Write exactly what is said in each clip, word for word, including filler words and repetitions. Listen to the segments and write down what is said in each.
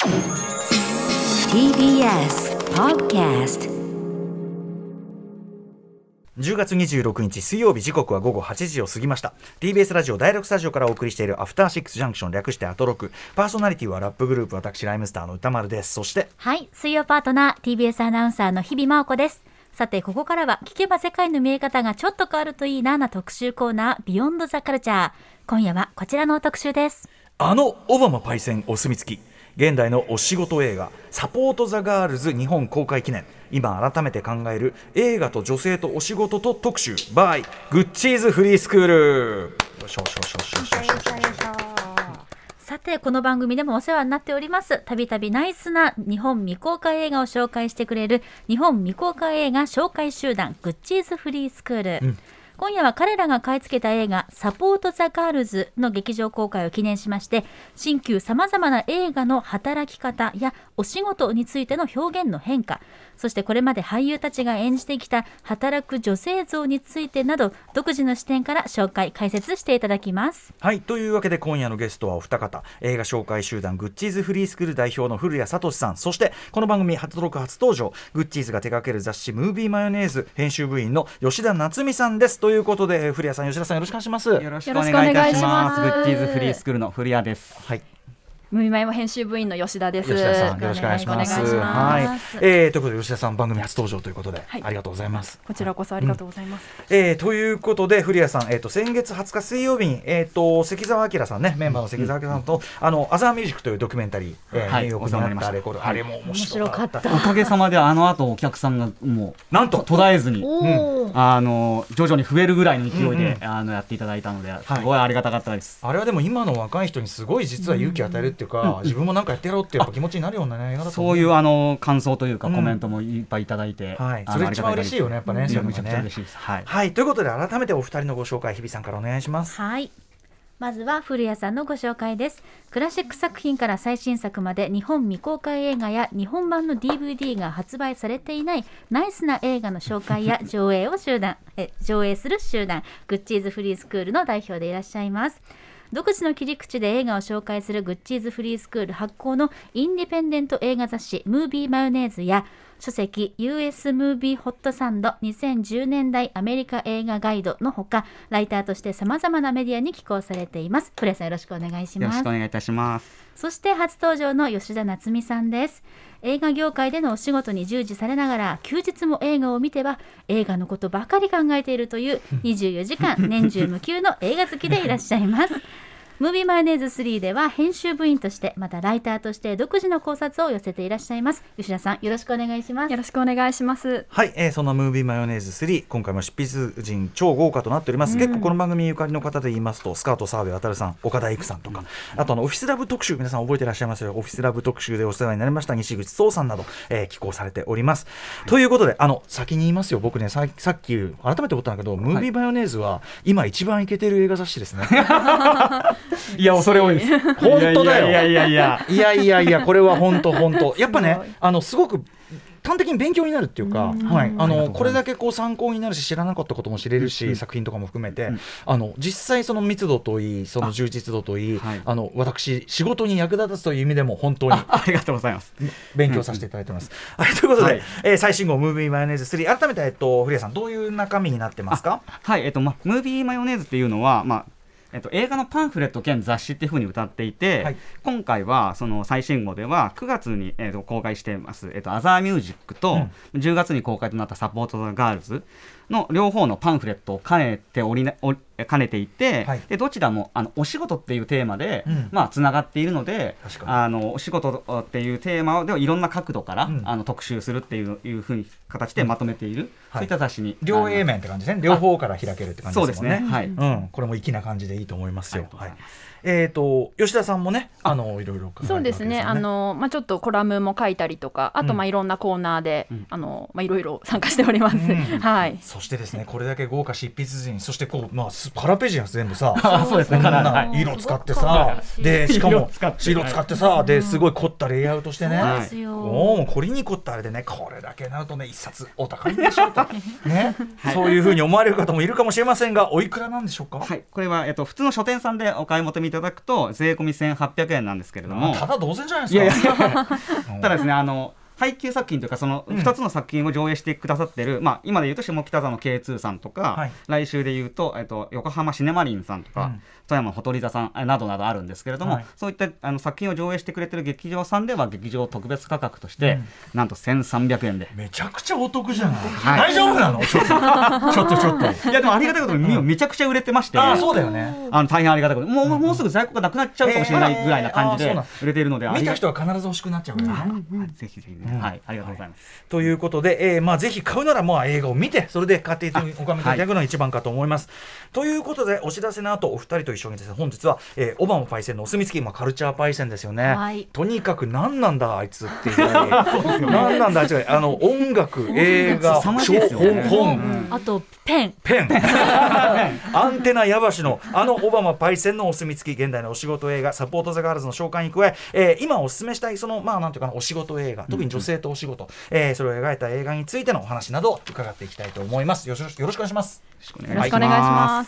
ティービーエス Podcast。 じゅうがつにじゅうろくにち水曜日、時刻は午後はちじを過ぎました。 ティービーエス ラジオだいろくスタジオからお送りしているアフターシックスジャンクション、略してアトロク。パーソナリティはラップグループ、私ライムスターの歌丸です。そしてはい、水曜パートナー ティービーエス アナウンサーの日々真央子です。さて、ここからは聞けば世界の見え方がちょっと変わるといいなな特集コーナー、ビヨンドザカルチャー。今夜はこちらの特集です。 あのオバマパイセンお墨付き、現代のお仕事映画サポートザガールズ日本公開記念。今改めて考える映画と女性とお仕事と特集 by グッチーズフリースクール。よしよしよしよしよしよしよし。 さて、この番組でもお世話になっております、たびたびナイスな日本未公開映画を紹介してくれる日本未公開映画紹介集団グッチーズフリースクール、うん、今夜は彼らが買い付けた映画サポートザガールズの劇場公開を記念しまして、新旧さまざまな映画の働き方やお仕事についての表現の変化、そしてこれまで俳優たちが演じてきた働く女性像についてなど、独自の視点から紹介解説していただきます。 はい、というわけで今夜のゲストはお二方、映画紹介集団グッチーズフリースクール代表の古谷聡さん、そしてこの番組初録初登場、グッチーズが手掛ける雑誌ムービーマヨネーズ編集部員の吉田夏美さんです。ということで古谷さん、吉田さん、よろしくお願いします。 よろしくお願いいたします。グッチーズフリースクールの古谷です。 はい、 ムービーマヨ編集部員の吉田です。 吉田さん、よろしくお願いします。はい、えー、ということで吉田さん番組初登場ということで、はい、ありがとうございます。 こちらこそありがとうございます。 うん、えー、ということで古谷さん、えー、と先月はつか水曜日に、えー、と関澤明さんね、メンバーの関澤明さんと、うん、あのアザーミュージックというドキュメンタリー、えーはい、ニューヨークになったレコード、あれも面白かった。 おかげさまであの後お客さんがもうなんと途絶えずに、うん、あの徐々に増えるぐらいの勢いで、うんうん、あのやっていただいたのですごいありがたかったです。 はい、あれはでも今の若い人にすごい実は勇気を与えるっていうか、うんうん、自分もなんかやってやろうってやっぱ気持ちになるような、ね、映画だと思う。 そういうあの感想というかコメントもいっぱいいただいて、 うん、はい、それ一番嬉しいよね、やっぱね。 めちゃくちゃ嬉しいです。はい、 はい、ということで改めてお二人のご紹介、日比さんからお願いします。 はい、まずは古谷さんのご紹介です。クラシック作品から最新作まで日本未公開映画や日本版の ディーブイディー が発売されていないナイスな映画の紹介や上映を集団え上映する集団グッチーズフリースクールの代表でいらっしゃいます。独自の切り口で映画を紹介するグッチーズフリースクール発行のインディペンデント映画雑誌ムービーマヨネーズや書籍 ユーエス ムービーホットサンドにせんじゅうねんだいアメリカ映画ガイドのほか、ライターとしてさまざまなメディアに寄稿されています。古谷さん、よろしくお願いします。 よろしくお願いいたします。 そして初登場の吉田夏美さんです。映画業界でのお仕事に従事されながら休日も映画を見ては映画のことばかり考えているというにじゅうよじかん年中無休の映画好きでいらっしゃいます。ムービーマヨネーズスリーでは編集部員として、またライターとして独自の考察を寄せていらっしゃいます。吉田さん、よろしくお願いします。 よろしくお願いします。 はい、えー、そのムービーマヨネーズスリー、今回も執筆陣超豪華となっております。うん、結構この番組ゆかりの方で言いますと、スカート澤部渉さん、岡田育さんとか、うん、あとあのオフィスラブ特集、皆さん覚えていらっしゃいますよ。オフィスラブ特集でお世話になりました西口壮さんなど、えー、寄稿されております。はい、ということで、あの先に言いますよ。僕ね、さ, さっき改めて思ったんだけど、ムービーマヨネーズは今一番イケてる映画雑誌ですね。 いや、恐れ多いです。 本当だよ。 いやいやいやいやいやいや、これは本当本当。やっぱね、あのすごく端的に勉強になるっていうか、はい、あのこれだけこう参考になるし、知らなかったことも知れるし、うん、作品とかも含めて、うん、あの実際その密度といい、その充実度といい、あ、はい、あの私仕事に役立つという意味でも本当にあ, ありがとうございます。 勉強させていただいてます。うん、はい、ということで、はい、えー、最新号ムービーマヨネーズスリー、改めて、えっと、古谷さん、どういう中身になってますか？ はい、えっとま、ムービーマヨネーズっていうのは、まあえっと、映画のパンフレット兼雑誌っていう風に歌っていて、はい、今回はその最新号ではくがつに、えー、と公開しています、えっと、アザーミュージックと、うん、じゅうがつに公開となったサポートザガールズの両方のパンフレットを兼ねておりなお兼ねていて、はい、でどちらもあのお仕事っていうテーマで、うん、まあ、つながっているので、あのお仕事っていうテーマでいろんな角度から、うん、あの特集するっていういう風に形でまとめている、うん、そういった雑誌に、 両 A 面って感じですね。両方から開けるって感じですもんね。 そうですね、はい、 うん、これも粋な感じでいいと思いますよ。はい、えー、と吉田さんもね、あのいろいろ考えてるわけですよね。 そうですね、あの、まあ、ちょっとコラムも書いたりとか、あとまあいろんなコーナーで、うん、あのまあ、いろいろ参加しております。うん、はい。 そしてですね、これだけ豪華執筆陣、そしてこう、まあ、カラーページが全部さ、 そうですね、 こんな色使ってさ、でしかも色使ってさ、ですごい凝ったレイアウトしてね、 はい、 お凝りに凝ったあれでね、これだけなるとね、一冊お高いんでしょうかね、はい、そういうふうに思われる方もいるかもしれませんが、おいくらなんでしょうか？ はい、これは、えっと、普通の書店さんでお買い求めいただくと税込みせんはっぴゃくえんなんですけれども、 ただ同然じゃないですか。 いやいやただですね、あの配給作品というかそのふたつの作品を上映してくださってる、うん、まあ、今でいうと下北沢の ケーツー さんとか、はい、来週でいうと、えっと、横浜シネマリンさんとか、うん、富山ほとり座さんなどなどあるんですけれども、はい、そういったあの作品を上映してくれてる劇場さんでは劇場特別価格として、うん、なんとせんさんびゃくえんでめちゃくちゃお得じゃない、はい、大丈夫なのちょっとちょっとちょっといやでもありがたいことに、うん、めちゃくちゃ売れてまして、 あ、そうだよね、 あの大変ありがたいこともう、うん、もうすぐ在庫がなくなっちゃうかもしれないぐらいな感じで売れているので、 見た人は必ず欲しくなっちゃうから、ね、 うんうん、ぜひぜひね、うん、はい、ありがとうございます。 ということで、えーまあ、ぜひ買うならまあ映画を見てそれで買っていただくおかめていただくのが一番かと思います、はい、ということでお知らせの後お二人と一緒にですね、本日は、えー、オバマパイセンのお墨付き、まあ、カルチャーパイセンですよね、はい、とにかく何なんだあいつっていう何なんだあいつ、あの音楽、映画、本、本、 うん、あとペンペンアンテナやばしのあのオバマパイセンのお墨付き現代のお仕事映画サポートザガールズの紹介に加ええー、今お勧めしたいそのまあなんていうかなお仕事映画、特に女性とお仕事、うんうん、えー、それを描いた映画についてのお話などを伺っていきたいと思います。よろし、よろしくお願いします。 よろしくお願いします。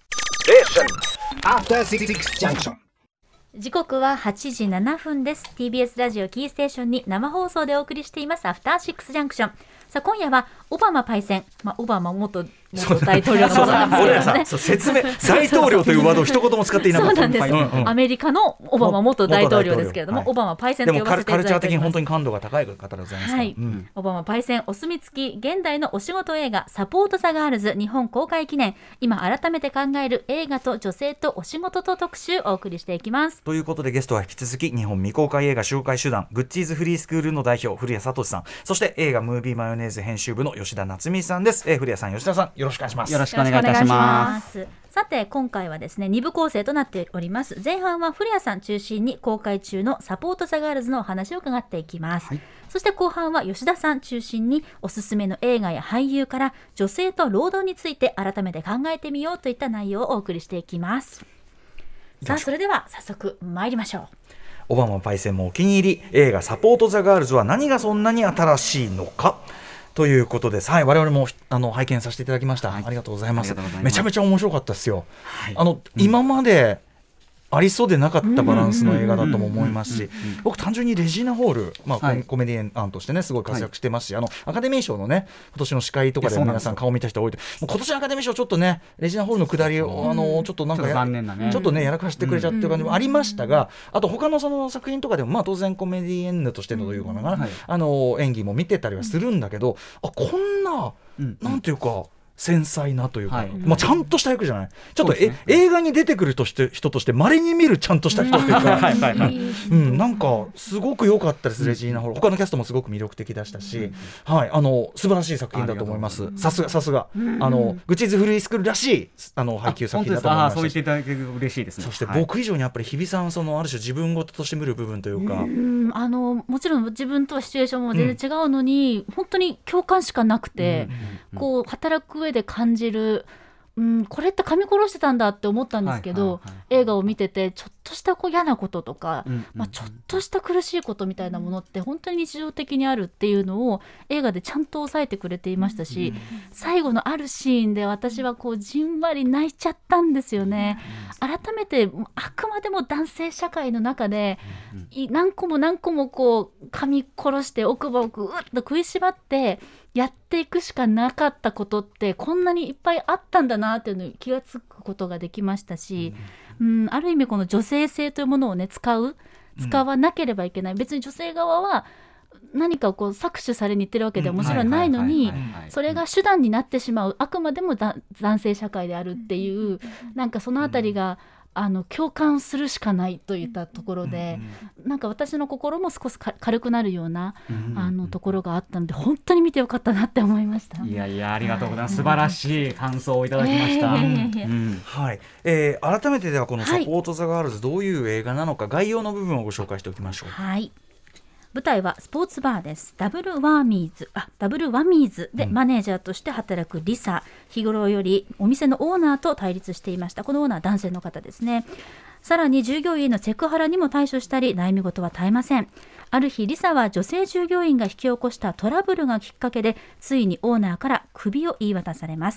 時刻ははちじななふんです。 ティービーエス ラジオキーステーションに生放送でお送りしていますアフターシックスジャンクション。さあ今夜はオバマパイセン、まあ、オバマ元元大統領のことなんですけどね、 そう説明大統領というワードを一言も使っていなかった。 そうなんです、うんうん、アメリカのオバマ元大統領ですけれども、はい、オバマパイセンと呼ばせていただいております。 でもカルチャー的に本当に感度が高い方でございますから、はい、 うん、オバマパイセンお墨付き現代のお仕事映画サポートザガールズ日本公開記念、今改めて考える映画と女性とお仕事と特集をお送りしていきます。 ということでゲストは引き続き日本未公開映画紹介集団グッチーズフリースクールの代表古谷聡さん、そして映画ムービーマヨネーズ編集部の吉田夏美さんです。えー、古谷さん、吉田さん、よろしくお願いします。 よろしくお願いいたします。 さて今回はですねに部構成となっております。前半は古谷さん中心に公開中のサポートザガールズのお話を伺っていきます、はい、そして後半は吉田さん中心におすすめの映画や俳優から女性と労働について改めて考えてみようといった内容をお送りしていきます。さあそれでは早速参りましょう。 オバマパイセンもお気に入り映画サポートザガールズは何がそんなに新しいのかということです。はい、我々もあの拝見させていただきました、はい、ありがとうございます。めちゃめちゃ面白かったですよ、はい、あの、うん、今までありそうでなかったバランスの映画だとも思いますし、僕単純にレジーナ・ホール、まあはい、コメディアンとしてねすごい活躍してますし、はい、あのアカデミー賞のね今年の司会とかで皆さん顔見た人多いと、もう今年のアカデミー賞ちょっとねレジーナ・ホールの下りをあのちょっとなんかやちょっと残念なねちょっとねやらかしてくれちゃってる感じもありましたが、あと他のその作品とかでもまあ当然コメディエンヌとしてのというかな、はい、あの演技も見てたりはするんだけど、あこんな、うん、なんていうか繊細なというか、はい、まあ、ちゃんとした役じゃないちょっと、ね、え映画に出てくるとして人として稀に見るちゃんとした人というか、うん、なんかすごく良かったです、うん、レジーナ・ホール他のキャストもすごく魅力的でしたし、うん、はい、あの素晴らしい作品だと思います。さすがさすが、うん、あのグッチーズフリースクールらしいあの配給作品だと思いましたし、 そう言っていただける嬉しいですね。 そして僕以上にやっぱり日比さんそのある種自分事として見る部分というか、 うん、あのもちろん自分とはシチュエーションも全然違うのに、うん、本当に共感しかなくて、うん、こう働く上で感じるうん、これって噛み殺してたんだって思ったんですけど、はいはいはい、映画を見ててちょっとしたこう嫌なこととか、うんうんうん、まあ、ちょっとした苦しいことみたいなものって本当に日常的にあるっていうのを映画でちゃんと抑えてくれていましたし、うんうん、最後のあるシーンで私はこうじんわり泣いちゃったんですよね、うんうん、改めてあくまでも男性社会の中で、うんうん、何個も何個もこう噛み殺して奥歯をぐっと食いしばってやっていくしかなかったことってこんなにいっぱいあったんだなっていうのに気がつくことができましたし、うんうん、ある意味この女性性というものをね使う使わなければいけない、うん、別に女性側は何かこう搾取されに行ってるわけではもちろんないのにそれが手段になってしまうあくまでもだ男性社会であるっていうなんかそのあたりがあの共感するしかないといったところで、うん、なんか私の心も少し軽くなるような、うん、あのところがあったので本当に見てよかったなって思いました。 いやいやありがとうございます、はい、素晴らしい感想をいただきました、えーうんはいえー、改めてではこのサポートザガールズどういう映画なのか、はい、概要の部分をご紹介しておきましょう。 はい、舞台はスポーツバーです。ダブルワーミーズあダブルワミーズでマネージャーとして働くリサ、うん、日頃よりお店のオーナーと対立していました。このオーナー男性の方ですね。さらに従業員のセクハラにも対処したり悩み事は絶えません。ある日リサは女性従業員が引き起こしたトラブルがきっかけでついにオーナーから首を言い渡されます。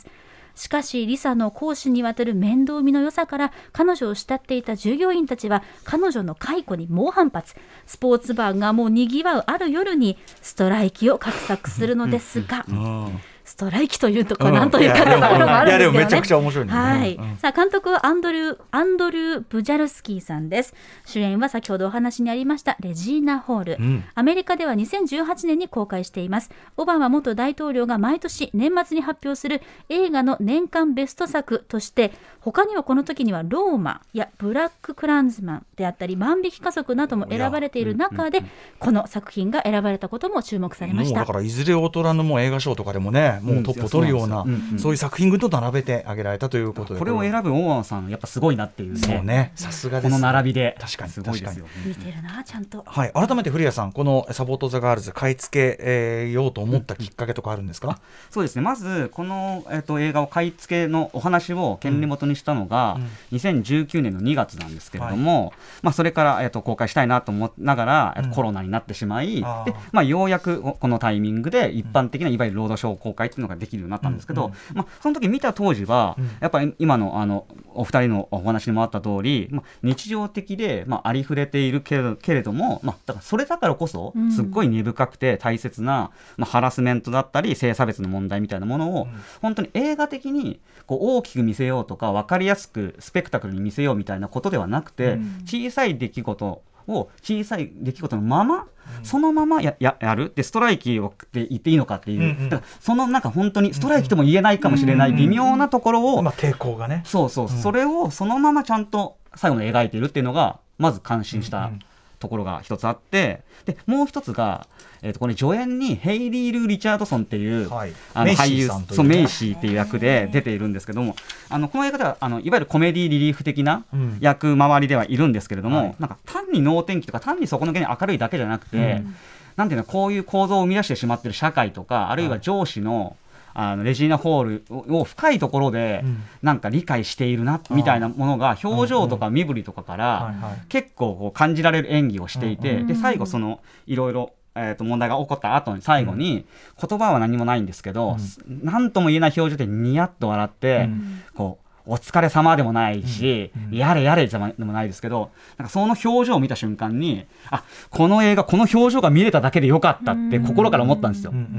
しかしリサの講師にわたる面倒見の良さから彼女を慕っていた従業員たちは彼女の解雇に猛反発。スポーツバーがもうにぎわうある夜にストライキを画策するのですが、ストライキというとこ何というかというところもあるんですけどね。 いやでもめちゃくちゃ面白いね。 はい。 うん、 さあ監督はアンドリューアンドリュー・ブジャルスキーさんです。主演は先ほどお話にありましたレジーナ・ホール、うん、アメリカではにせんじゅうはちねんに公開しています。オバマ元大統領が毎年年末に発表する映画の年間ベスト作として、他にはこの時にはローマやブラック・クランズマンであったり万引き家族なども選ばれている中で、この作品が選ばれたことも注目されました。 もうだからいずれ大人のもう映画賞とかでもね、もうトップを取るような、うんうん、そういう作品群と並べてあげられたということで、 これを選ぶ大野さんやっぱすごいなっていうね。 そうね、さすがです、ね、 この並びで確かにすごいですよ。 見てるなちゃんと。 はい、改めて古谷さん、このサポートザガールズ買い付け、えー、ようと思ったきっかけとかあるんですか？うん、 そうですね、まずこの、えー、と映画を買い付けのお話を権利元にしたのが、うん、にせんじゅうきゅうねんのにがつなんですけれども、はい、まあ、それから、えー、と公開したいなと思いながら、うん、コロナになってしまい、で、まあ、ようやくこのタイミングで一般的ないわゆるロードショー公開っていうのができるようになったんですけど、うんうん、まあ、その時見た当時は、うん、やっぱり今 の, あのお二人のお話にもあった通り、まあ、日常的で、まあ、ありふれているけれ ど, けれども、まあ、だからそれだからこそすっごい根深くて大切な、まあ、ハラスメントだったり性差別の問題みたいなものを、うん、本当に映画的にこう大きく見せようとか分かりやすくスペクタクルに見せようみたいなことではなくて、うん、小さい出来事を小さい出来事のまま、うん、そのまま や, や, やるでストライキをって言っていいのかっていう、うんうん、だからそのなんか本当にストライキとも言えないかもしれない微妙なところを、 うんうん、まあ、抵抗がね、 そうそう、うん、それをそのままちゃんと最後に描いているっていうのがまず感心したところが一つあって、でもう一つが、えー、とこれ助演にヘイリー・ルー・リチャードソンっていう、はい、あの俳優メイシーさんという、ね、そうメイシーっていう役で出ているんですけども、あのこの映画ではあのいわゆるコメディリリーフ的な役回りではいるんですけれども、うん、なんか単に能天気とか単に底抜けに明るいだけじゃなくて、うん、なんていうの、こういう構造を生み出してしまっている社会とか、あるいは上司の、はい、あのレジーナ・ホールを深いところでなんか理解しているなみたいなものが表情とか身振りとかから結構こう感じられる演技をしていて、で最後そのいろいろえと問題が起こった後に最後に言葉は何もないんですけど、何とも言えない表情でニヤッと笑ってこうお疲れ様でもないし、うんうん、やれやれでもないですけど、なんかその表情を見た瞬間に、あ、この映画この表情が見れただけでよかったって心から思ったんですよ、うんうん、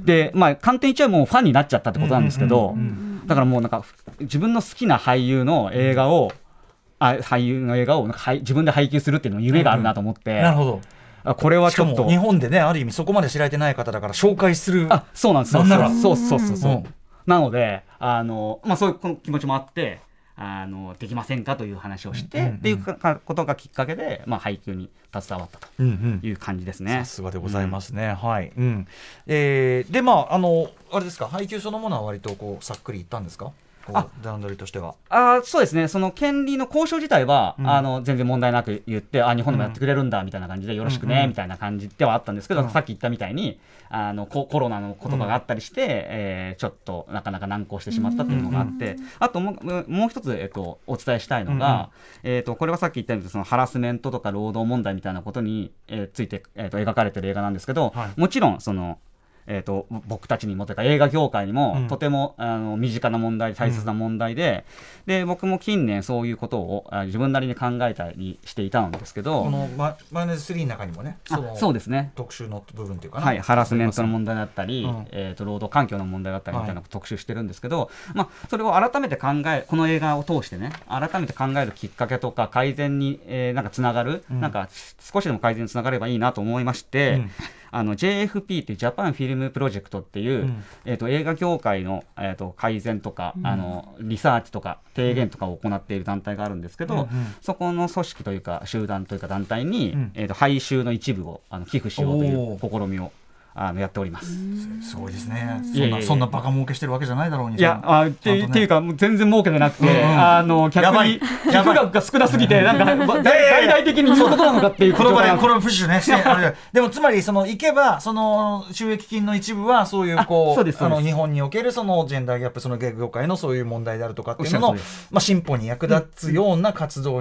で、まあ簡単に言っちゃうもうファンになっちゃったってことなんですけど、うんうんうん、だからもうなんか自分の好きな俳優の映画を、あ、俳優の映画をなんか自分で配給するっていうのも夢があるなと思って、うんうん、 なるほど、 これはちょっとしかも日本でね、ある意味そこまで知られてない方だから紹介する。 あ、そうなんですよ。 なんそうそうそうそう、うん、なのであの、まあ、そういうこの気持ちもあってあのできませんかという話をして、うんうんうん、っていうかことがきっかけで、まあ、配給に携わったという感じですね、うんうん、 さすがでございますね、うん、はい、うん、えー、でまああのあれですか、配給そのものは割とこうさっくりいったんですか？あ、段取りとしては。 あ、そうですね、その権利の交渉自体は、うん、あの全然問題なく言って、あ、日本でもやってくれるんだみたいな感じで、よろしくね、うん、みたいな感じではあったんですけど、うん、さっき言ったみたいにあの コ, コロナの言葉があったりして、うん、えー、ちょっとなかなか難航してしまったというのがあって、うん、あとも う, もう一つ、えっと、お伝えしたいのが、うん、えー、とこれはさっき言ったようにそのハラスメントとか労働問題みたいなことに、えー、ついて、えー、と描かれている映画なんですけど、はい、もちろんそのえー、と僕たちにもというか映画業界にも、うん、とてもあの身近な問題、大切な問題で、うん、で僕も近年そういうことをあ自分なりに考えたりしていたんですけど、 このマヨネーズスリーの中にもね、そのそうですね、 特集の部分というか、ね、 はい、ハラスメントの問題だったり、うん、えー、と労働環境の問題だったりみたいなのを特集してるんですけど、はい、まあ、それを改めて考えこの映画を通してね改めて考えるきっかけとか改善に、えー、なんかつながる、うん、なんか少しでも改善につながればいいなと思いまして、うん、あの ジェイエフピー っていうジャパンフィルムプロジェクトっていう、うん、えー、と映画業界の、えー、と改善とか、うん、あのリサーチとか提言とかを行っている団体があるんですけど、うんうん、そこの組織というか集団というか団体に、うん、えー、と配収の一部をあの寄付しようという試みをあのやっております。 すごいですね。そんな、そんなバカ儲けしてるわけじゃないだろうに。 いや、あっていう、ね、かもう全然儲けてなくて、うんうん、あの逆に寄付額が少なすぎてなんか大々的に言うことなのかっていうこの場でこれをプッシュねしてでもつまりその行けばその収益金の一部はそういうこう、ああの日本におけるそのジェンダーギャップ、その芸業界のそういう問題であるとかっていうのの、まあ、進歩に役立つような活動に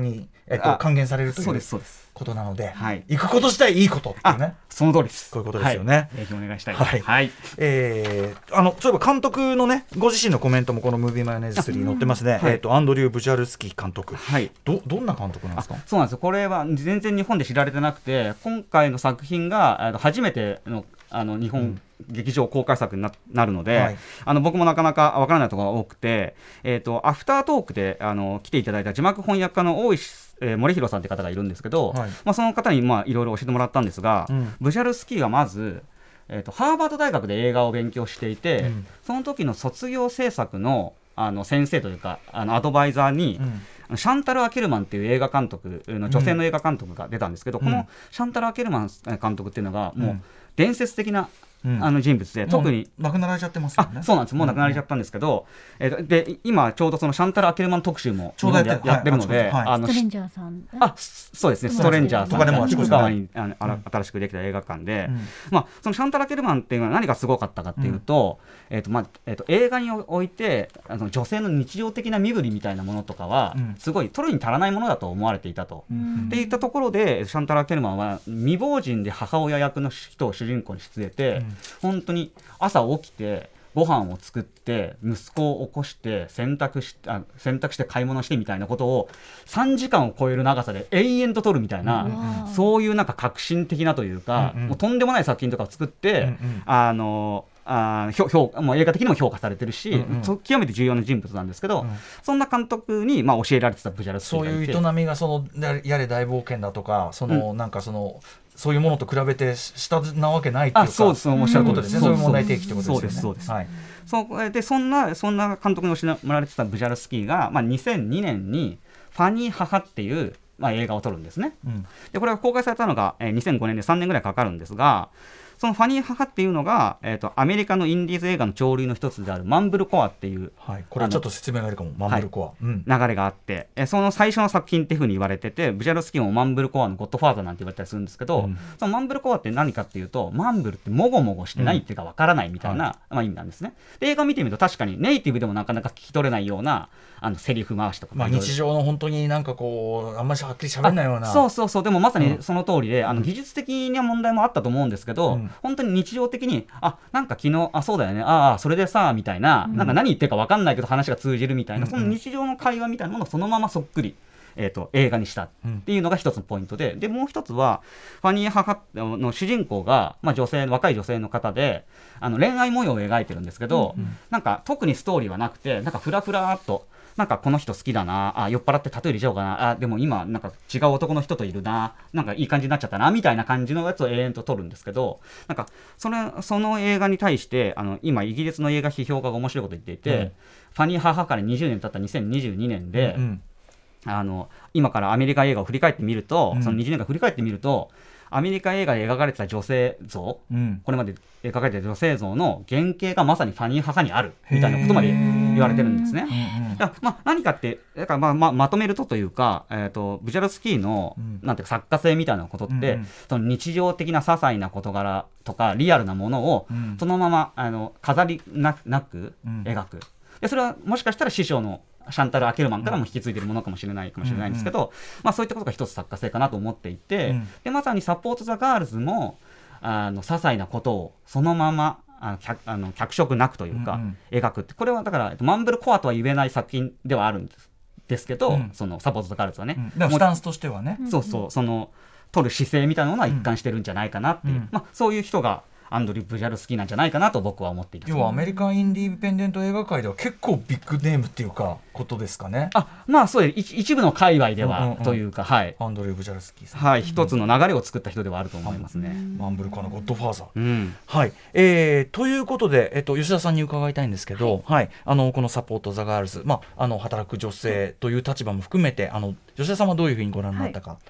えっと、還元されるというそうですそうですことなので、 はい、 行くこと自体いいことっていうね。 その通りです。 こういうことですよね。 はい、ぜひお願いしたいです。 はいはい、 えー、あのそういえば監督のねご自身のコメントもこのムービーマヨネーズスリー載ってますね。はい、えーとアンドリュー・ブジャルスキー監督、はい、どどんな監督なんですか？ そうなんですよ。これは全然日本で知られてなくて、今回の作品が初めてのあの日本劇場公開作に な, なるので、はい、あの僕もなかなかわからないところが多くて、えーと、アフタートークであの来ていただいた字幕翻訳家の大石、えー、森弘さんという方がいるんですけど、はい、まあ、その方にいろいろ教えてもらったんですが、うん、ブジャルスキーはまず、えーと、ハーバード大学で映画を勉強していて、うん、その時の卒業制作 の, あの先生というかあのアドバイザーに、うん、シャンタル・アケルマンっていう映画監督の女性の映画監督が出たんですけど、うん、このシャンタル・アケルマン監督っていうのがもう伝説的な、うん、あの人物で、特に亡くなられちゃってますよね。 あ、そうなんです。もう亡くなられちゃったんですけど、うん、えー、で今ちょうどそのシャンタル・アケルマン特集も日本で や, やってるので、 はい、あのストレンジャーさん、 あ、そうですね、ストレンジャーさんとかでも菊川にあの、うん、新しくできた映画館で、うん、まあ、そのシャンタル・アケルマンっていうのは何がすごかったかっていうと、うん、えーとまあえー、と映画においてあの女性の日常的な身振りみたいなものとかは、うん、すごい取るに足らないものだと思われていたと、うん、っていったところでシャンタル・アケルマンは未亡人で母親役の人を主人公に据えて、うん、本当に朝起きてご飯を作って息子を起こして洗濯し、あ、洗濯して買い物してみたいなことをさんじかんを超える長さで延々と撮るみたいな、うん、そういうなんか革新的なというか、うんうん、もうとんでもない作品とかを作って、うんうん、あのあ評もう映画的にも評価されてるし、うんうん、極めて重要な人物なんですけど、うん、そんな監督に、まあ、教えられてたブジャルスキーがいて、 そういう営みがそのやれ大冒険だとかその、うん、なんかそのそういうものと比べて下なわけないっていうか、 あ、そうです、おっしゃることですね、 うん、そういう問題提起ってことですよね。 そうですそうです、はい、そうでそんなそんな監督に教えられてたブジャルスキーが、まあ、にせんにねんにファニー母っていう、まあ、映画を撮るんですね、うん、でこれが公開されたのが、えー、にせんごねんでさんねんぐらいかかるんですが、そのファニー母っていうのが、えー、とアメリカのインディーズ映画の潮流の一つであるマンブルコアっていう、 はい、これはちょっと説明があるかも。マンブルコア、 はい、うん、流れがあって、えその最初の作品っていう風に言われてて、ブジャルスキーもマンブルコアのゴッドファーザーなんて言われたりするんですけど、うん、そのマンブルコアって何かっていうと、マンブルってもごもごしてないっていうかわからないみたいな、うん、まあ、意味なんですね。で映画を見てみると確かにネイティブでもなかなか聞き取れないようなあのセリフ回しとか、 まあ、日常の本当になんかこうあんまりはっきり喋らないような、 そうそうそう、でもまさにその通りで、うん、あの技術的な問題もあったと思うんですけど、うん、本当に日常的にあなんか昨日あそうだよねああそれでさみたいな、うん、なんか何言ってるか分かんないけど話が通じるみたいな、うん、その日常の会話みたいなものをそのままそっくり、えーと、映画にしたっていうのが一つのポイントで、でもう一つはファニー母の主人公が、まあ、女性若い女性の方であの恋愛模様を描いてるんですけど、うんうん、なんか特にストーリーはなくて、なんかフラフラっとなんかこの人好きだなあ、酔っ払ってタトゥー入れちゃおうかなあ、でも今なんか違う男の人といるな、なんかいい感じになっちゃったなみたいな感じのやつを永遠と撮るんですけど、なんかそれその映画に対してあの今イギリスの映画批評家が面白いこと言っていて、うん、ファニー母からにじゅうねん経ったにせんにじゅうにねんで、うんうん、あの今からアメリカ映画を振り返ってみると、うん、そのにじゅうねんかん振り返ってみるとアメリカ映画で描かれてた女性像、うん、これまで描かれてた女性像の原型がまさにファニー母にあるみたいなことまで言われてるんですね。だからまあ何かってだからまあまあまとめるとというか、えー、とブジャルスキーの、うん、なんていうか作家性みたいなことって、うんうん、その日常的な些細な事柄とかリアルなものを、うん、そのままあの飾りなく描く、うん、でそれはもしかしたら師匠のシャンタル・アケルマンからも引き継いでいるものかもしれないかもしれないんですけど、うんうん、まあ、そういったことが一つ作家性かなと思っていて、うん、でまさにサポート・ザ・ガールズもあの些細なことをそのままあの 脚, あの脚色なくというか、うんうん、描くって、これはだからマンブルコアとは言えない作品ではあるんですですけど、うん、そのサポート・ザ・ガールズはね、 うん、スタンスとしてはね、 そうそう、その取る姿勢みたいなものは一貫してるんじゃないかなっていう、うん、まあ、そういう人がアンドリュー・ブジャルスキーなんじゃないかなと僕は思っています。 要はアメリカンインディペンデント映画界では結構ビッグネームっていうかことですかね。 あ、まあそういう一部の界隈では、うんうんうん、というか、はい、 アンドリュー・ブジャルスキーさん、 はい、一つの流れを作った人ではあると思いますね。 マンブルカのゴッドファーザー、 うん、 はい、えー、ということで、えっと、吉田さんに伺いたいんですけど、はいはい、あのこのサポート・ザ・ガールズ、まあ、あの働く女性という立場も含めて、あの吉田さんはどういうふうにご覧になったか。はい、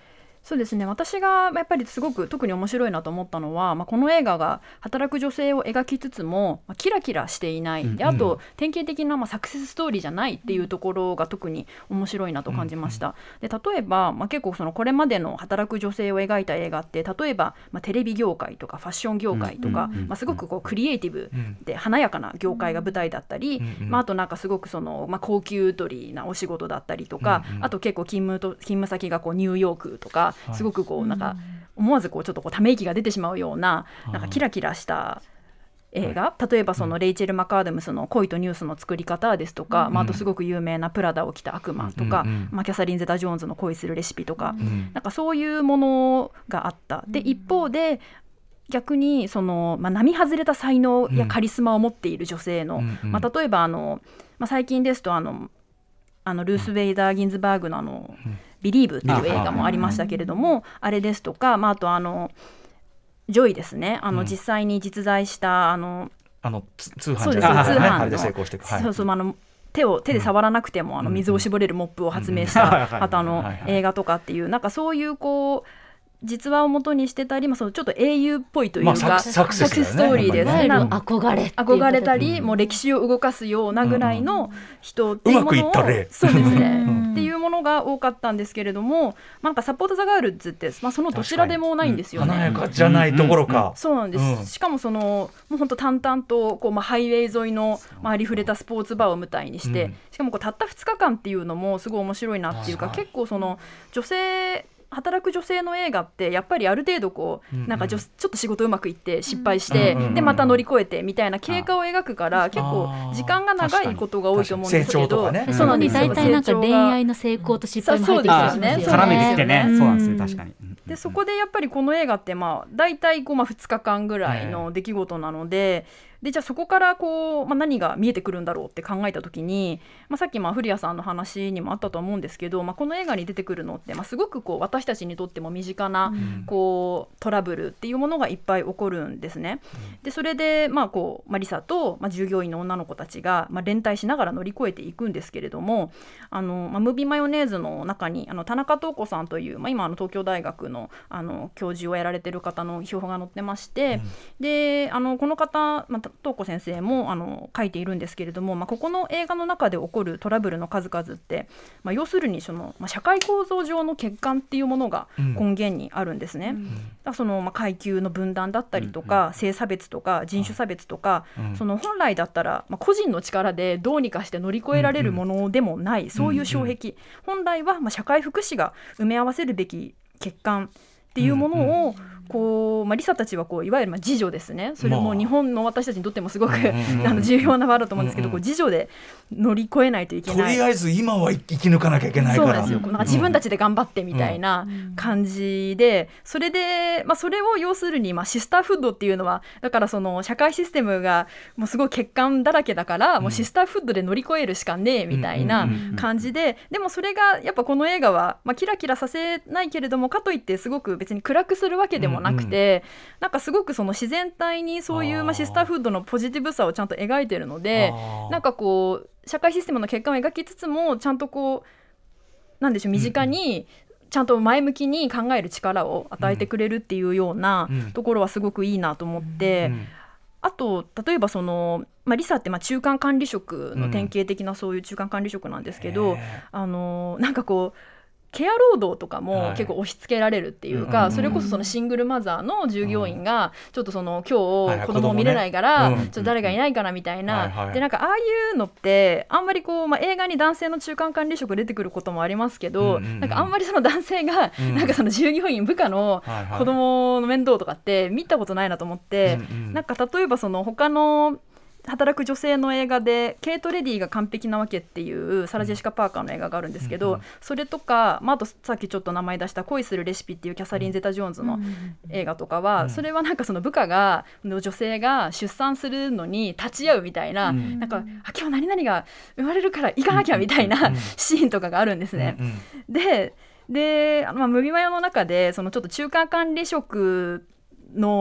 そうですね、私がやっぱりすごく特に面白いなと思ったのは、まあ、この映画が働く女性を描きつつも、まあ、キラキラしていない、うん、であと典型的な、まあ、サクセスストーリーじゃないっていうところが特に面白いなと感じました、うん、で例えば、まあ、結構そのこれまでの働く女性を描いた映画って例えば、まあ、テレビ業界とかファッション業界とか、うんまあ、すごくこうクリエイティブで華やかな業界が舞台だったり、うんまあ、あとなんかすごくその、まあ、高級取りなお仕事だったりとか、うん、あと結構勤務と勤務先がこうニューヨークとかすごくこうなんか思わずこうちょっとこうため息が出てしまうようななんかキラキラした映画、例えばそのレイチェル・マカーダムスの恋とニュースの作り方ですとか、まあ、あとすごく有名なプラダを着た悪魔とか、まあ、キャサリン・ゼタ・ジョーンズの恋するレシピとか、なんかそういうものがあった。で一方で逆にその、まあ、並外れた才能やカリスマを持っている女性の、まあ、例えばあの、まあ、最近ですとあのあのルース・ウェイダー・ギンズバーグのあのビリーブっていう映画もありましたけれども、あれですとか、まあ、あとあのジョイですね、あの実際に実在したあのあの通販そうです通販で成功していく、はい、 そうそう、あの手を手で触らなくても、うん、あの水を絞れるモップを発明した方の映画とかっていう、なんかそういうこう実話を元にしてたり、まあ、そのちょっと英雄っぽいというか、まあ、サクセスストーリーですね、 憧れ憧れたり、もう歴史を動かすようなぐらいの人っていうものを、うん、うまくいった例そうですねっていうものが多かったんですけれども、なんかサポートザガールズって、まあ、そのどちらでもないんですよね。 華やかじゃないところか、 うんうん、そうなんです、うん、しかもそのもう本当淡々とこう、まあ、ハイウェイ沿いの、まあ、ありふれたスポーツバーを舞台にして、うん、しかもこうたったふつかかんっていうのもすごい面白いなっていうか、結構その女性働く女性の映画ってやっぱりある程度こう、うんうん、なんかちょっと仕事うまくいって失敗して、うんうん、でまた乗り越えてみたいな経過を描くから、結構時間が長いことが多いと思うんですけど、 ね、 そのに大体なんか恋愛の成功と失敗も入ってきてますね。 絡めてきてね、そうなんですね、確かに。 でそこでやっぱりこの映画ってまあ大体こうまあふつかかんぐらいの出来事なので、でじゃあそこからこう、まあ、何が見えてくるんだろうって考えた時に、まあ、さっきまあ古谷さんの話にもあったと思うんですけど、まあ、この映画に出てくるのって、まあ、すごくこう私たちにとっても身近なこうトラブルっていうものがいっぱい起こるんですね。でそれでまあこう、まあ、リサと、まあ、従業員の女の子たちが、まあ、連帯しながら乗り越えていくんですけれども、あの、まあ、ムービーマヨネーズの中にあの田中東子さんという、まあ、今あの東京大学 の, あの教授をやられてる方の標本が載ってまして、うん、であのこの方、まあ、東子先生もあの書いているんですけれども、まあ、ここの映画の中で起こるトラブルの数々って、まあ、要するにその、まあ、社会構造上の欠陥っていうものが根源にあるんですね、うん、だからその、まあ、階級の分断だったりとか、うん、性差別とか人種差別とか、うん、その本来だったら、まあ、個人の力でどうにかして乗り越えられるものでもない、うん、そういう障壁、うん、本来はまあ社会福祉が埋め合わせるべき欠陥っていうものをこう、まあ、リサたちはこういわゆるまあ自助ですね、それも日本の私たちにとってもすごく、まあ、あの重要な場だと思うんですけど、こう自助で乗り越えないといけない、 とりあえず今は生き抜かなきゃいけないから、 そうなんですよ、なんか自分たちで頑張ってみたいな感じで、それで、まあ、それを要するに、まあ、シスターフッドっていうのはだからその社会システムがもうすごい欠陥だらけだから、もうシスターフッドで乗り越えるしかねえみたいな感じで、でもそれがやっぱこの映画は、まあ、キラキラさせないけれどもかといってすごく別に暗くするわけでもなくて、なんかすごくその自然体にそういう、まあ、シスターフードのポジティブさをちゃんと描いてるので、なんかこう社会システムの欠陥を描きつつもちゃんとこうなんでしょう、身近にちゃんと前向きに考える力を与えてくれるっていうようなところはすごくいいなと思って、うんうん、あと例えばその、まあ、リサってまあ中間管理職の典型的なそういう中間管理職なんですけど、うん、あのなんかこうケア労働とかも結構押し付けられるっていうか、はい、それこそそのシングルマザーの従業員がちょっとその今日子供を見れないからちょっと誰がいないかなみたいな、でなんかああいうのってあんまりこう、まあ、映画に男性の中間管理職出てくることもありますけど、なんかあんまりその男性がなんかその従業員部下の子供の面倒とかって見たことないなと思って、なんか例えばその他の働く女性の映画でケイト・レディが完璧なわけっていうサラ・ジェシカ・パーカーの映画があるんですけど、うんうん、それとか、まあ、あとさっきちょっと名前出した恋するレシピっていうキャサリン・ゼタ・ジョーンズの映画とかは、うん、それはなんかその部下がの女性が出産するのに立ち会うみたいな、うん、なんかあ今日何々が生まれるから行かなきゃみたいな、うん、シーンとかがあるんですね、うんうん、で, で、まあ、ムビマヨの中でそのちょっと中間管理職の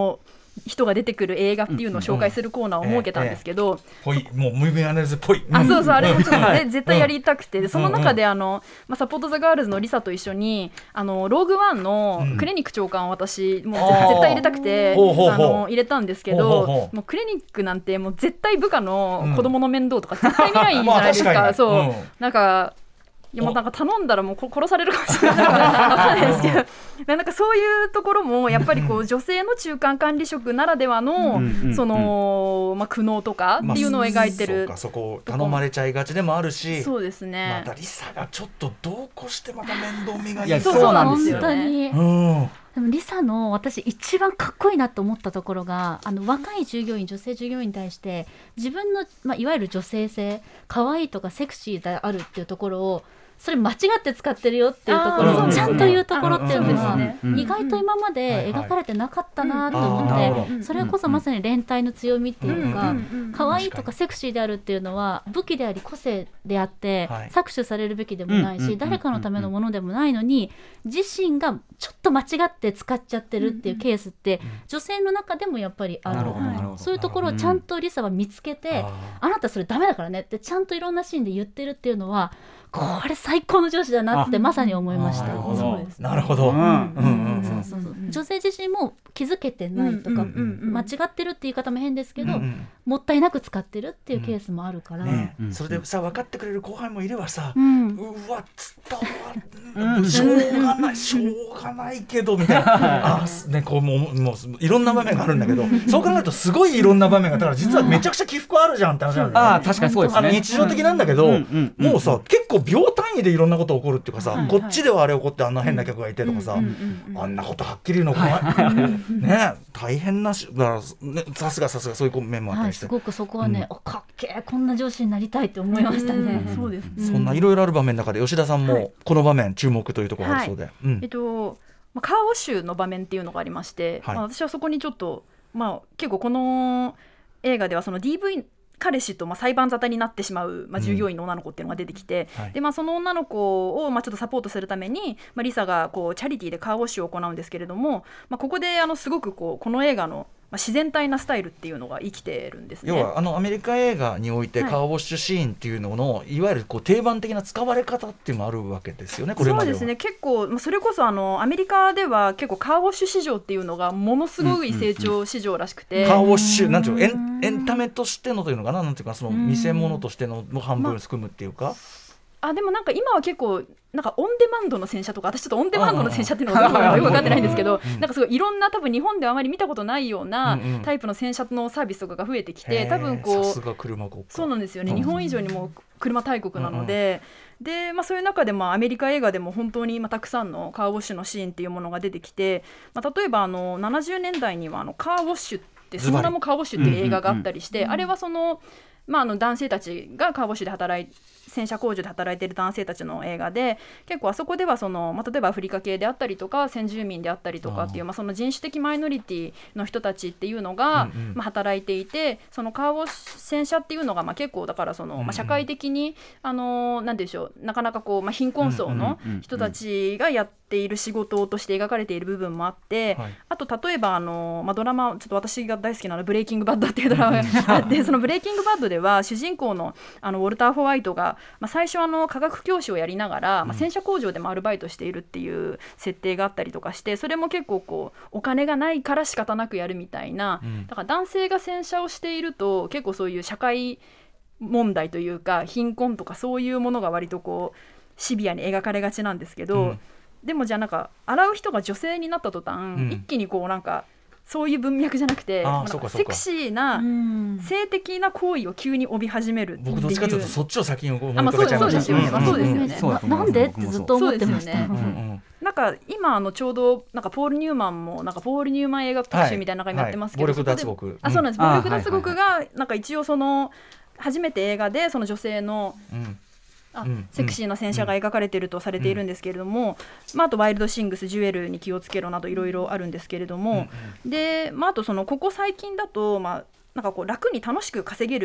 人が出てくる映画っていうのを紹介するコーナーを設けたんですけど、 ぽいもうムービーアナリズっぽい、 あそうそうあれもちょっと、 うんぜ絶対やりたくて、でその中であの、まあ、サポートザガールズのリサと一緒にあのローグワンのクレニック長官を私もうあー絶対入れたくてほうほうほうあの入れたんですけど、 ほうほうほうもうクレニックなんてもう絶対部下の子供の面倒とか絶対見ないじゃないですか、 まあ確かにそう、 うんなんかいやもうなんか頼んだらもうこ殺されるかもしれないから分かんないですけどなんかそういうところもやっぱりこう女性の中間管理職ならではのうんその、まあ、苦悩とかっていうのを描いてる、 まあ、そうかそこ頼まれちゃいがちでもあるし、 そうですね、 またリサがちょっと同行してまた面倒見がいいいやそうそうなんですよ本当にうんでもリサの私一番かっこいいなと思ったところが、あの若い従業員女性従業員に対して自分の、まあ、いわゆる女性性可愛いとかセクシーであるっていうところをそれ間違って使ってるよっていうところあーをちゃんと言うところっていうのはそうですね意外と今まで描かれてなかったなと思うんうんあーなるほって、それこそまさに連帯の強みっていうか、 うん可愛いとかセクシーであるっていうのは武器であり個性であってはい搾取されるべきでもないうんし、誰かのためのものでもないのに自身がちょっと間違って使っちゃってるっていうケースって女性の中でもやっぱりあなるるほどなるほどそういうところをちゃんとリサは見つけて、 ああなたそれダメだからねってちゃんといろんなシーンで言ってるっていうのはこれ最高の上司だなってまさに思いました。 なるほどそうですなるほど、 うんうんうんうんそうそうそう女性自身も気づけてないとか、 うんうんうんうん間違ってるって言い方も変ですけど、 うんうんもったいなく使ってるっていうケースもあるから、 ねうんそれでさ分かってくれる後輩もいればさ、 うんうわ伝わる、しょうがないしょうがないけどみたいなあすねこうもうもういろんな場面があるんだけどそう考えるとすごいいろんな場面がだから実はめちゃくちゃ起伏あるじゃんって話なんだよね。 ああ確かにそうですね。 あの日常的なんだけど、 うんうんうんもうさ結構秒単位でいろんなこと起こるっていうかさ、 はいこっちではあれ起こってあんな変な客がいてとかさ、あんなことはっきり言うの怖い、ね大変なしだからねさすがさすがそういう面もあったはい、 りして、 すごくそこはね、おかっけえこんな上司になりたいって思いましたね。 うんそうですね、 そんないろいろある場面の中で吉田さんはいもこの場面注目というところがあるそうで、うんえっとまあ、カーウォッシュの場面っていうのがありまして、 はいまあ、私はそこにちょっと、まあ、結構この映画ではその ディーブイ 彼氏とまあ裁判沙汰になってしまう、まあ、従業員の女の子っていうのが出てきて、 はいでまあ、その女の子をまあちょっとサポートするために、まあ、リサがこうチャリティーでカーウォッシュを行うんですけれども、まあ、ここであのすごくこうこの映画のまあ自然体なスタイルっていうのが生きてるんですね。 要はあのアメリカ映画においてはいカーウォッシュシーンっていうののいわゆるこう定番的な使われ方っていうのもあるわけですよねこれまでは。 そうですね結構、まあ、それこそあのアメリカでは結構カーウォッシュ市場っていうのがものすごい成長市場らしくて、 カーウォッシュなんていうのエン、エンタメとしてのというのかななんていうかその見せ物としてのも半分含むっていうか、 あでもなんか今は結構なんかオンデマンドの洗車とか私ちょっとオンデマンドの洗車っていうのがどうなのかよく分かってないんですけどなんかすごいいろんな多分日本ではあまり見たことないようなうんうんタイプの洗車のサービスとかが増えてきへーて多分こうさすが車国家そうなんですよね、 うん日本以上にも車大国なので、でまあ、そういう中でまあアメリカ映画でも本当にまあたくさんのカーウォッシュのシーンっていうものが出てきて、まあ、例えばあのななじゅうねんだいにはあのカーウォッシュってその名もカーウォッシュっていう映画があったりして、あれはそのまあ、あの男性たちがカーウォッシュで働い洗車工場で働いている男性たちの映画で結構あそこではその、まあ、例えばアフリカ系であったりとか先住民であったりとかっていうまあ、その人種的マイノリティの人たちっていうのが、 うんうんまあ、働いていてそのカーウォッシュ洗車っていうのがまあ結構だからその、まあ、社会的に、あのなんていうんでしょうなかなかこう、まあ、貧困層の人たちがやっている仕事として描かれている部分もあって、 はいあと例えばあの、まあ、ドラマちょっと私が大好きなのブレイキングバッドっていうドラマがあってそのブレイキングバッドでは主人公の、あのウォルター・ホワイトが、まあ、最初あの科学教師をやりながら、まあ、洗車工場でもアルバイトしているっていう設定があったりとかしてそれも結構こうお金がないから仕方なくやるみたいな、 うんだから男性が洗車をしていると結構そういう社会問題というか貧困とかそういうものが割とこうシビアに描かれがちなんですけど、 うんでもじゃあなんか洗う人が女性になった途端、 ん一気にこうなんかそういう文脈じゃなくてあーなんそうかそうかかセクシーなうん性的な行為を急に帯び始めるっていう僕どっちかというとそっちを先に思いあまあ浮かべちゃいました。 そうですよねまあそうですよねそうだと思いますななんでってずっと思ってました。 そうですよねうんうんなんか今あのちょうどなんかポール・ニューマンもなんかポール・ニューマン映画特集みたいなのが今やってますけど、 はいはい暴力脱そこ獄であそうなんです、 うん暴力脱獄がなんか一応その初めて映画でその女性のうんあうんセクシーな戦車が描かれているとされているんですけれども、まあ、あとワイルドシングスジュエルに気をつけろなどいろいろあるんですけれども、で、まあ、あとそのここ最近だと、まあ、なんかこう楽に楽しく稼げる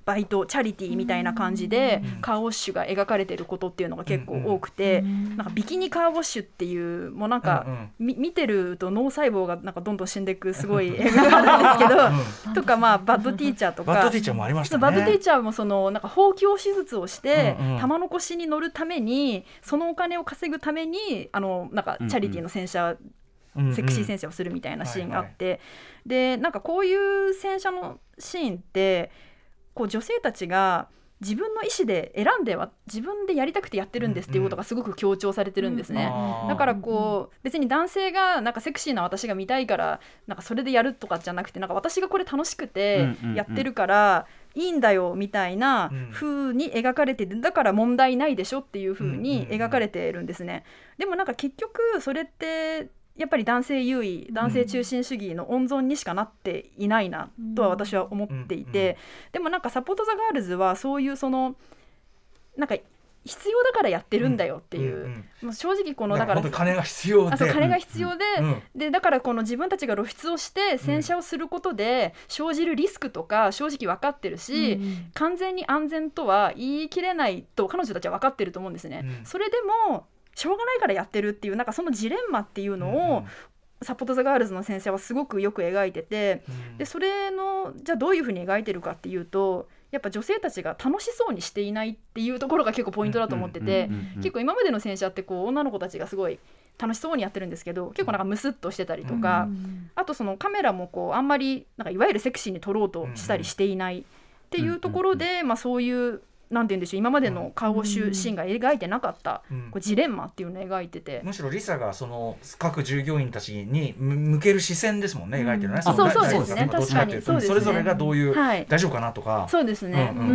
バイトチャリティーみたいな感じでカーウォッシュが描かれていることっていうのが結構多くて、なんかビキニカーウォッシュっていうもうなんか、うんうん、見てると脳細胞がなんかどんどん死んでいくすごい映画なんですけど、うん、とかまあバッドティーチャーとかバッドティーチャーもありましたね。 バッドティーチャーもそのなんか包茎手術をして、うんうん、玉の腰に乗るためにそのお金を稼ぐためにあのなんかチャリティーの洗車、うんうん、セクシー洗車をするみたいなシーンがあって、うんうん、でなんかこういう洗車のシーンってこう女性たちが自分の意思で選んでは自分でやりたくてやってるんですっていうことがすごく強調されてるんですね、うんうん、だからこう別に男性がなんかセクシーな私が見たいからなんかそれでやるとかじゃなくて、なんか私がこれ楽しくてやってるからいいんだよみたいな風に描かれてて、だから問題ないでしょっていう風に描かれてるんですね。でもなんか結局それってやっぱり男性優位男性中心主義の温存にしかなっていないなとは私は思っていて、でもなんかサポートザガールズはそういうそのなんか必要だからやってるんだよっていう、うんうんうん、もう正直このだから金が必要で、 あそう金が必要で、 うんうん、 でだからこの自分たちが露出をして洗車をすることで生じるリスクとか正直分かってるし、うんうん、完全に安全とは言い切れないと彼女たちは分かってると思うんですね、うん、それでもしょうがないからやってるっていうなんかそのジレンマっていうのを、うん、サポートザガールズの先生はすごくよく描いてて、うん、でそれのじゃあどういうふうに描いてるかっていうと、やっぱ女性たちが楽しそうにしていないっていうところが結構ポイントだと思ってて、結構今までの洗車ってこう女の子たちがすごい楽しそうにやってるんですけど、結構なんかムスッとしてたりとか、うん、あとそのカメラもこうあんまりなんかいわゆるセクシーに撮ろうとしたりしていないっていうところで、まあそういうなんて言うんでしょう、今までのカーウォッシュシーンが描いてなかった、うん、こうジレンマっていうのを描いてて、 むしろリサがその各従業員たちに向ける視線ですもんね、うん、描いてるね。 そうそうですね、確かにそうですね。 それぞれがどういう、はい、大丈夫かなとか、 そうですね、うんうんうん、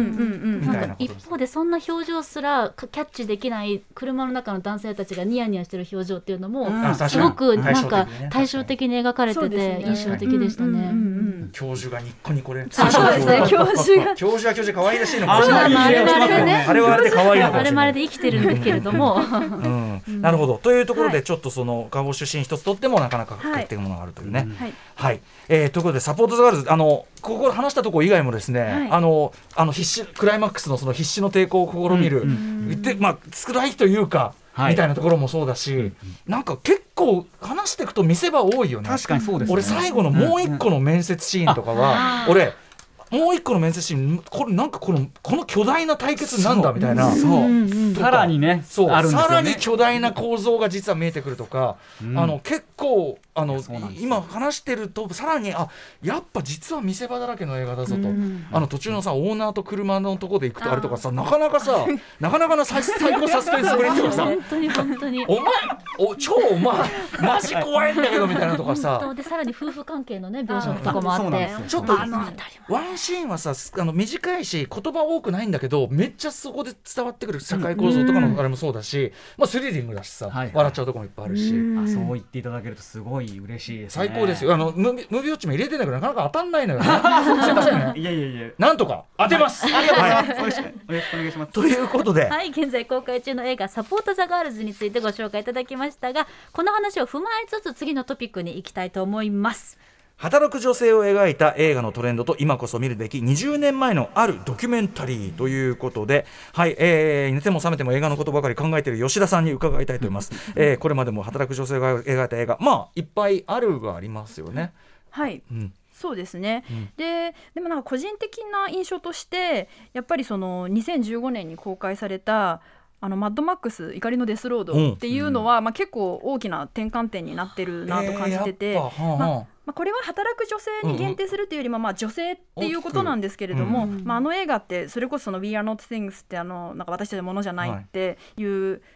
みたいな一方でそんな表情すらキャッチできない車の中の男性たちがニヤニヤしてる表情っていうのも、うん、すごくなんか対照的に描かれてて印象的でしたね。 教授がニッコニコで、 そうですね、教授が教授は教授可愛らしいのかもしれない。 あれはあれでね、あれはあれで可愛いのかもしれない。 あれもあれで生きてるんだけれども、 うんうん、なるほど。というところでちょっとそのカーウォッシュシーン一つとってもなかなか決定ものがあるというね。はい、はい、えー、ということでサポートザガールズ、あのここ話したところ以外もですね、はい、あのあの必死クライマックスのその必死の抵抗を試みる、うんうん、でまあ辛いというか。はい、みたいなところもそうだし、なんか結構話していくと見せ場多いよね。 確かにそうですね。 俺最後のもう一個の面接シーンとかは、うん、俺もう一個の面接シーン、これなんかこのこの巨大な対決なんだみたいな、 そう、うんうん、さらにね、 そうあるんですよね。 さらに巨大な構造が実は見えてくるとか、うん、あの結構あの今話してるとさらにあやっぱ実は見せ場だらけの映画だぞと、うん、あの途中のさオーナーと車のとこで行くとあれとかさ、なかなかさなかなかな最高サスペンスぶりとかさ本当に本当にお前お超お前マジ怖いんだけどみたいなとかさでさらに夫婦関係のね描写とかもあってちょっとあのあたりワンシーンはさあの短いし言葉多くないんだけどめっちゃそこで伝わってくる社会構造とかのあれもそうだし、まあ、スリリングだしさ、はい、笑っちゃうところもいっぱいあるし、 あそう言っていただけるとすごい嬉しいですね。 最高ですよ。あのムービーウォッチも入れてんだけどなかなか当たんないのよね。すいませんね。 いやいやいやなんとか当てます。 ありがとうございます。よろしくお願いします。 ということで、 はい、現在公開中の映画サポートザガールズについてご紹介いただきましたが、この話を踏まえつつ次のトピックに行きたいと思います。 働く女性を描いた映画のトレンドと今こそ見るべきにじゅうねんまえのあるドキュメンタリーということで、はい、えー、寝ても覚めても映画のことばかり考えている吉田さんに伺いたいと思います。えー、これまでも働く女性が描いた映画、まあいっぱいあるがありますよね。 はい、うん、そうですね、うん、で, でもなんか個人的な印象としてやっぱりそのにせんじゅうごねんに公開されたあのマッドマックス怒りのデスロードっていうのは、うん、まあ、結構大きな転換点になってるなと感じてて、えーはあはあ、まあまあ、これは働く女性に限定するというよりも、まあ、女性っていうことなんですけれども、うんまあ、あの映画ってそれこそその We are not things ってあのなんか私たちのものじゃないっていう、はい、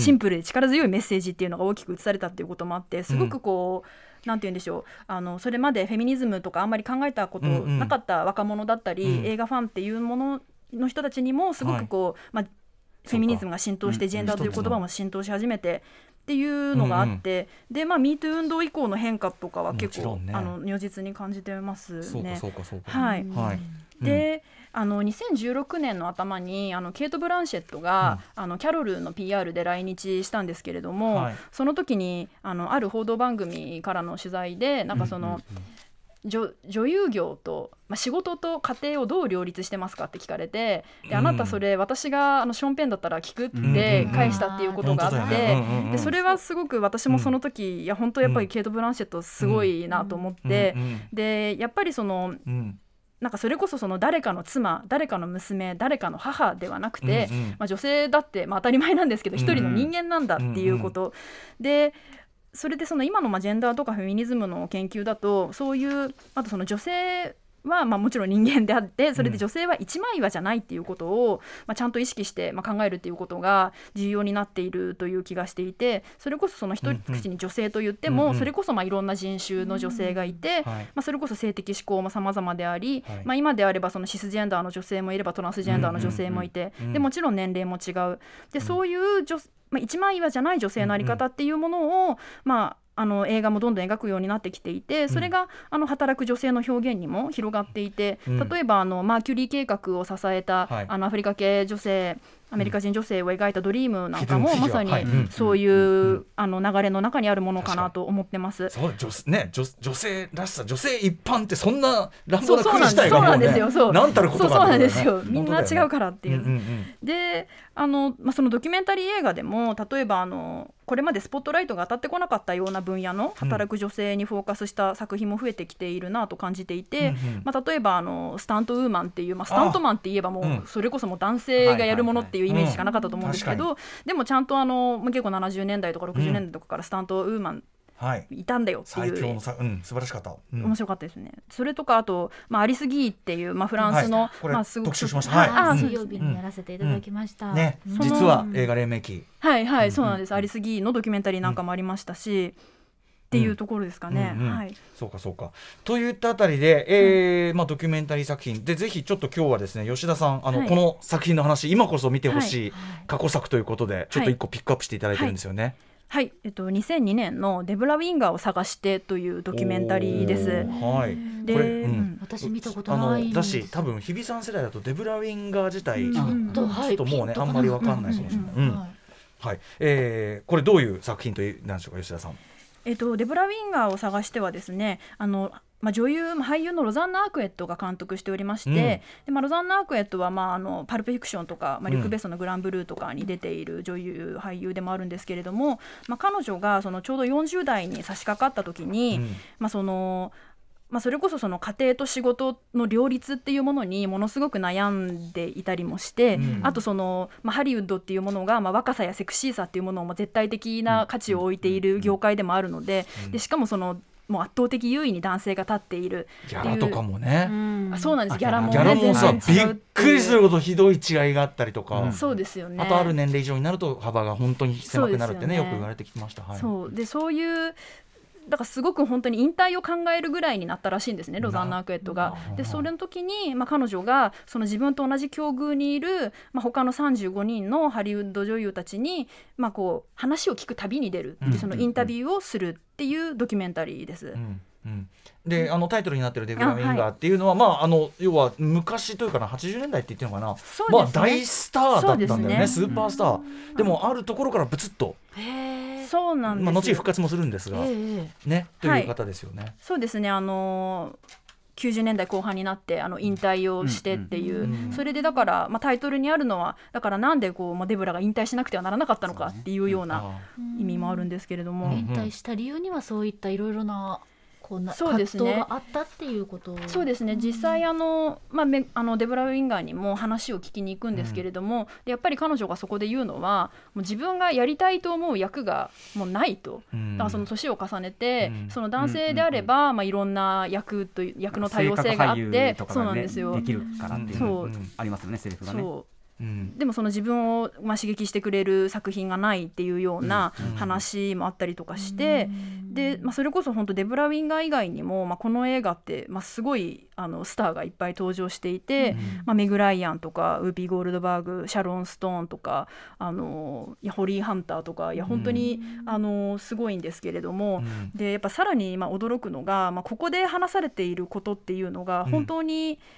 シンプルで力強いメッセージっていうのが大きく映されたっていうこともあってすごくこう、うん、なんて言うんでしょう、あのそれまでフェミニズムとかあんまり考えたことなかった若者だったり、うんうん、映画ファンっていうものの人たちにもすごくこう、はい、まあフェミニズムが浸透してジェンダーという言葉も浸透し始めてっていうのがあって、うんうん、でまあ ミートゥー 運動以降の変化とかは結構、ね、あの如実に感じてますね。 そうかそうかそうか、 はい、はい、で、うん、あのにせんじゅうろくねんの頭にあのケイト・ブランシェットが、うん、あのキャロルの ピーアール で来日したんですけれども、はい、その時にあのある報道番組からの取材でなんかその、うんうんうん、 女, 女優業と、まあ、仕事と家庭をどう両立してますかって聞かれて、であなたそれ私があのショーンペンだったら聞くって返したっていうことがあって、でそれはすごく私もその時、うん、いや本当やっぱりケイト・ブランシェットすごいなと思って、うん、でやっぱりその、うんなんかそれこそその誰かの妻誰かの娘誰かの母ではなくて、うんうんまあ、女性だって、まあ、当たり前なんですけど一人の人間なんだっていうこと、うんうん、でそれでその今のまあジェンダーとかフェミニズムの研究だとそういうあとその女性はまあもちろん人間であってそれで女性は一枚岩じゃないっていうことをまあちゃんと意識してまあ考えるっていうことが重要になっているという気がしていて、それこそその一口に女性と言ってもそれこそまあいろんな人種の女性がいてまあそれこそ性的指向も様々でありまあ今であればそのシスジェンダーの女性もいればトランスジェンダーの女性もいてでもちろん年齢も違うでそういう女まあ、一枚岩じゃない女性のあり方っていうものを、まあ、あの映画もどんどん描くようになってきていてそれがあの働く女性の表現にも広がっていて、例えばあのマーキュリー計画を支えた、はい、あのアフリカ系女性アメリカ人女性を描いたドリームなんかもまさにそういうあの流れの中にあるものかなと思ってます。 そう女、ね、女, 女性らしさ女性一般ってそんな乱暴な国自体がもう、ね、 何たることかそうなんですよみんな違うからっていう、うんうんうん、であの、まあ、そのドキュメンタリー映画でも例えばあのこれまでスポットライトが当たってこなかったような分野の働く女性にフォーカスした作品も増えてきているなと感じていて、うんうんまあ、例えばあのスタントウーマンっていう、まあ、スタントマンって言えばもうそれこそもう男性がやるものっていうイメージしかなかったと思うんですけど、うん、でもちゃんとあの結構ななじゅうねんだいとかろくじゅうねんだいとかからスタントウーマンいたんだよっていう、 最強のさ、うん、素晴らしかった、うん、 面白かったですね。それとかあと、まあ、アリス・ギーっていう、まあ、フランスの、 はいまあ、すごく特集しました、はい、 あ水曜日にやらせていただきました、うんね、実は映画黎明期はいはい、うん、そうなんです、アリス・ギーのドキュメンタリーなんかもありましたし、うんっていうところですかね、 うんうんはい、 そうかそうかといったあたりで、えーまあ、ドキュメンタリー作品でぜひちょっと今日はですね吉田さんあの、はい、この作品の話今こそ見てほしい過去作ということで、はい、ちょっと一個ピックアップしていただいてるんですよね、はいはい、えっと、にせんにねんのデブラ・ウィンガーを探してというドキュメンタリーです。 はい、 でこれ、うん、 私見たことないんです。 だし多分日比さん世代だとデブラ・ウィンガー自体、うん、ちょっともうねあんまり分かんないかもしれない、うんうんはいはいえー、これどういう作品となんでしょうか吉田さん。 えっと、デブラ・ウィンガーを探してはですねあのまあ、女優、まあ、俳優のロザンナ・アークエットが監督しておりまして、うんでまあ、ロザンナ・アークエットは、まあ、あのパルプフィクションとか、まあ、リュック・ベッソンのグランブルーとかに出ている女優、俳優でもあるんですけれども、まあ、彼女がそのちょうどよんじゅうだいに差し掛かった時に、うんまあそのまあ、それこそその家庭と仕事の両立っていうものにものすごく悩んでいたりもして、うん、あとその、まあ、ハリウッドっていうものが、まあ、若さやセクシーさっていうものを絶対的な価値を置いている業界でもあるので、うん、でしかもそのもう圧倒的優位に男性が立っているギャラとかもね、 うん、あそうなんですギャラも、ね、 ギャラもさびっくりするほどひどい違いがあったりとか、 うん、そうですよね。 あとある年齢以上になると幅が本当に狭くなるって ね, よ, ねよく言われてきました、はい、 そうでそういうだからすごく本当に引退を考えるぐらいになったらしいんですねロザンナ・アークエットが。でそれの時に、まあ、彼女がその自分と同じ境遇にいる、まあ、他のさんじゅうごにんのハリウッド女優たちに、まあ、こう話を聞く旅に出る、うん、そのインタビューをするっていうドキュメンタリーです、 うんうん、であのタイトルになってるデブラ・ウィンガーっていうのは、はいまあ、あの要は昔というかなはちじゅうねんだいって言ってるのかな、ねまあ、大スターだったんだよ ね, ねスーパースター、うん、でもあるところからブツッとへそうなんです、 まあ、後に復活もするんですが、ね、という方ですよね、はい、 そうですねあのーきゅうじゅうねんだいこう半になってあの引退をしてっていう、うんうん、それでだから、まあ、タイトルにあるのはだからなんでこう、まあ、デブラが引退しなくてはならなかったのかっていうような意味もあるんですけれども、 うん、引退した理由にはそういったいろいろなこうな葛藤があったっていうこと。 そうですね実際あの、まあ、あのデブラ・ウィンガーにも話を聞きに行くんですけれども、うん、でやっぱり彼女がそこで言うのはもう自分がやりたいと思う役がもうないと、うん、だからその年を重ねて、うん、その男性であれば、うんまあ、いろんな役という役の多様性があって、そうなんですよできるからっていうのありますよねセリフがね。 そううん、でもその自分を、まあ、刺激してくれる作品がないっていうような話もあったりとかして、うん、で、まあ、それこそ本当デブラ・ウィンガー以外にも、まあ、この映画って、まあ、すごいあのスターがいっぱい登場していて、うんまあ、メグ・ライアンとかウーピー・ゴールドバーグシャロン・ストーンとかあのいやホリー・ハンターとかいや本当に、うん、あのすごいんですけれども、うん、でやっぱさらにまあ驚くのが、まあ、ここで話されていることっていうのが本当に、うん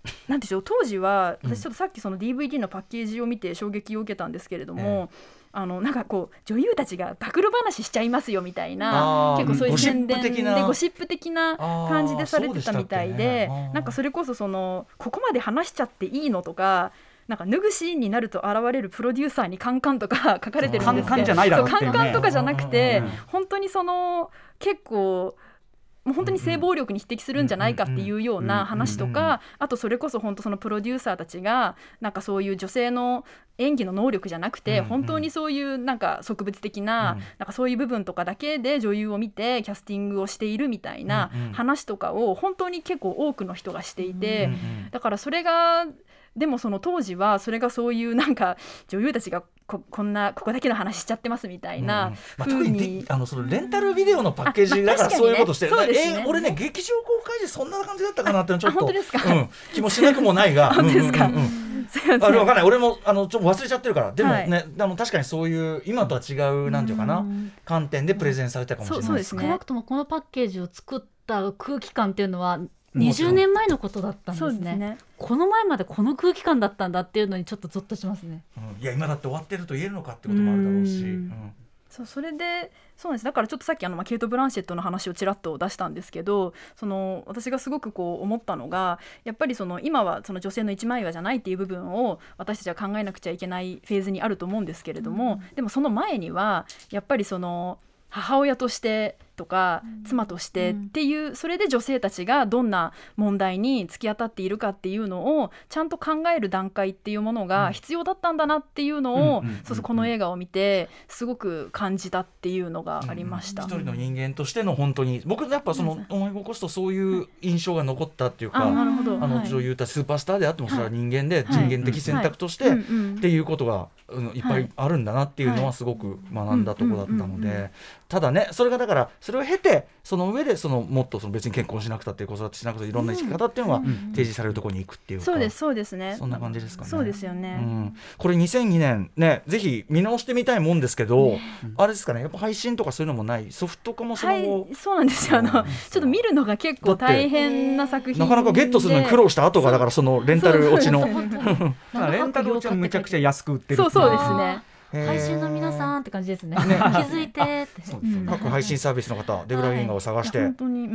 なんでしょう、当時は私ちょっとさっきその ディーブイディー のパッケージを見て衝撃を受けたんですけれども、ええあのなんかこう女優たちが暴露話しちゃいますよみたいな、結構そういう宣伝でゴシップ的な感じでされてたみたいで、なんかそれこそそのここまで話しちゃっていいのとか、なんか脱ぐシーンになると現れるプロデューサーにカンカンとか書かれてるんですけど、カンカンじゃないだろうっていうね、カンカンとかじゃなくて、うんうんうん、本当にその結構もう本当に性暴力に匹敵するんじゃないかっていうような話とか、あとそれこそ本当そのプロデューサーたちがなんかそういう女性の演技の能力じゃなくて、本当にそういうなんか植物的な、なんかそういう部分とかだけで女優を見てキャスティングをしているみたいな話とかを本当に結構多くの人がしていて、だからそれがでもその当時はそれがそういうなんか女優たちが こ, こんなここだけの話しちゃってますみたいな風に、 うんまあ、特にあのそのレンタルビデオのパッケージだからそういうことしてる、 まあねねえー、俺ね劇場公開時そんな感じだったかなってちょっと本当ですか、 うん、気もしなくもないが本当ですか、 うんうんうんあれ分かんない俺もあのちょっと忘れちゃってるからでもね、はい、あの確かにそういう今とは違うなんていうかな観点でプレゼンされたかもしれない、 そうですね、少なくともこのパッケージを作った空気感っていうのはにじゅうねんまえのことだったんです ね, そうですね。 この前までこの空気感だったんだっていうのにちょっとゾッとしますね、 うん、いや今だって終わってると言えるのかってこともあるだろうし、うん、 そうそれでそうなんです。だからちょっとさっきあの、まあ、ケイト・ブランシェットの話をちらっと出したんですけど、その私がすごくこう思ったのがやっぱりその今はその女性の一枚岩じゃないっていう部分を私たちは考えなくちゃいけないフェーズにあると思うんですけれども、うん、でもその前にはやっぱりその母親としてとか妻としてっていう、それで女性たちがどんな問題に突き当たっているかっていうのをちゃんと考える段階っていうものが必要だったんだなっていうのを、そうそうこの映画を見てすごく感じたっていうのがありました、 うんうん、一人の人間としての本当に僕やっぱその思い起こすとそういう印象が残ったっていうか、 あ、なるほど、 あの女優たちスーパースターであってもそれは人間で人間的選択としてっていうことがいっぱいあるんだなっていうのはすごく学んだところだったので、ただねそれがだからそれを経てその上でそのもっとその別に結婚しなくたって子育てしなくていろんな生き方っていうのが提示されるところに行くっていうか、 そうですそうですね、 そんな感じですかね。 そうですよね、 うん、これにせんにねんねぜひ見直してみたいもんですけど、ね、あれですかねやっぱ配信とかそういうのもないソフト化もその後、 はい、そうなんですよ、あのちょっと見るのが結構大変な作品なかなかゲットするのに苦労した後がだからそのレンタル落ちのレンタル落ちはめちゃくちゃ安く売ってる。 そうそうですね、 配信の皆さんって感じですね。気づいてって。 そうですね、各配信サービスの方、デブラウィンガーを探して、 はい、本当に、うん、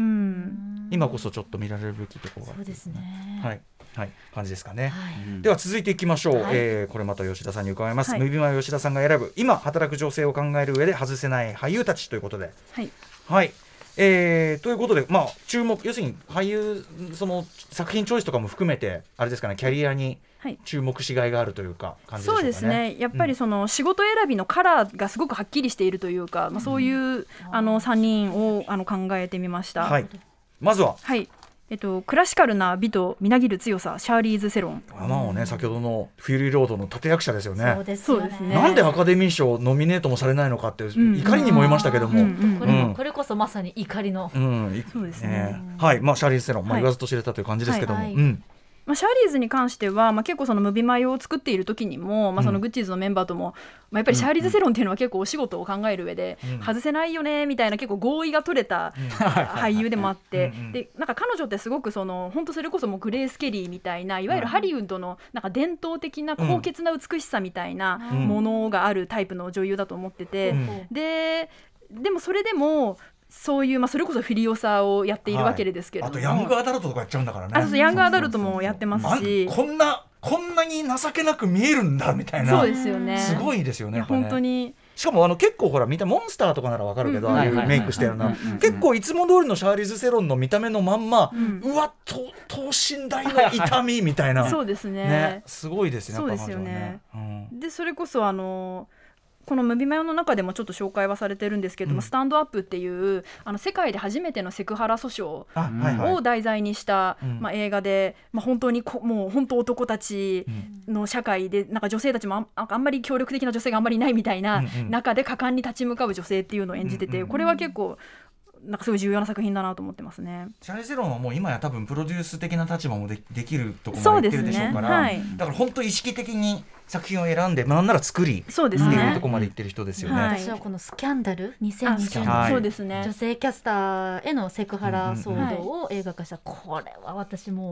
今こそちょっと見られるべきところが、 そうですね。 はい、はい、感じですかね。はい、 ででは続いていきましょう。 はい、 えー、これまた吉田さんに伺います。 はい、 ムビマ吉田さんが選ぶ今働く女性を考える上で外せない俳優たちということで、 はい、 はい。えー、ということで、まあ、注目要するに俳優その作品チョイスとかも含めてあれですかね、キャリアに注目しがいがあるというか感じでしょうかね。 そうですね、やっぱりその仕事選びのカラーがすごくはっきりしているというか、うん、まあ、そういう、うん、あのさんにんをあの考えてみました。 はい、まずは、 はい、えっと、クラシカルな美とみなぎる強さ、シャーリーズ・セロン。 あのね、先ほどのフューリーロードの立役者ですよね。 そうですよね。 なんでアカデミー賞ノミネートもされないのかって、うん、怒りに燃えましたけども、うんうん、 これもこれこそまさに怒りの、 うん、 そうですね、 えー、はい、まあ、シャーリーズ・セロン、まあ、言わずと知れたという感じですけども、 はいはい、 うん、 まあ、シャーリーズに関しては、まあ、結構そのムビマヨを作っている時にも、まあ、そのグッチーズのメンバーとも、まあ、やっぱりシャーリーズ・セロンっていうのは結構お仕事を考える上で外せないよねみたいな結構合意が取れた俳優でもあって、でなんか彼女ってすごくその本当それこそもうグレース・ケリーみたいないわゆるハリウッドのなんか伝統的な高潔な美しさみたいなものがあるタイプの女優だと思ってて、ででもそれでもそういう、まあ、それこそフィリオサをやっているわけですけれども、 はい、あとヤングアダルトとかやっちゃうんだからね。 あ、そうそう、ヤングアダルトもやってますし、 こんなこんなに情けなく見えるんだみたいな。 そうですよね、 すごいですよね、やっぱね。 本当に。しかもあの結構ほら見たモンスターとかならわかるけど、うん、ああいうメイクしてるな、結構いつも通りのシャーリーズ・セロンの見た目のまんま、うん、うわと等身大の痛みみたいなそうです ね, ね、すごいですね。 そうですよね、 うん、 でそれこそあのこのムビマヨの中でもちょっと紹介はされてるんですけども、うん、スタンドアップっていうあの世界で初めてのセクハラ訴訟を題材にした、はいはい、まあ、映画で、まあ、本当にこもう本当男たちの社会でなんか女性たちも あ, あんまり協力的な女性があんまりいないみたいな中で果敢に立ち向かう女性っていうのを演じてて、これは結構なんかすごい重要な作品だなと思ってますね。 シャーリーズ・セロンはもう今や多分プロデュース的な立場も で, できるところまでいってるでしょうから、 そうですね、はい、 だから本当意識的に作品を選んで、まあ、なんなら作りそうですね、 っていうところまでいってる人ですよね、 はい、私はこのスキャンダルにせんにじゅうねん、 はい、そうですね、 女性キャスターへのセクハラ騒動を映画化した、これは私も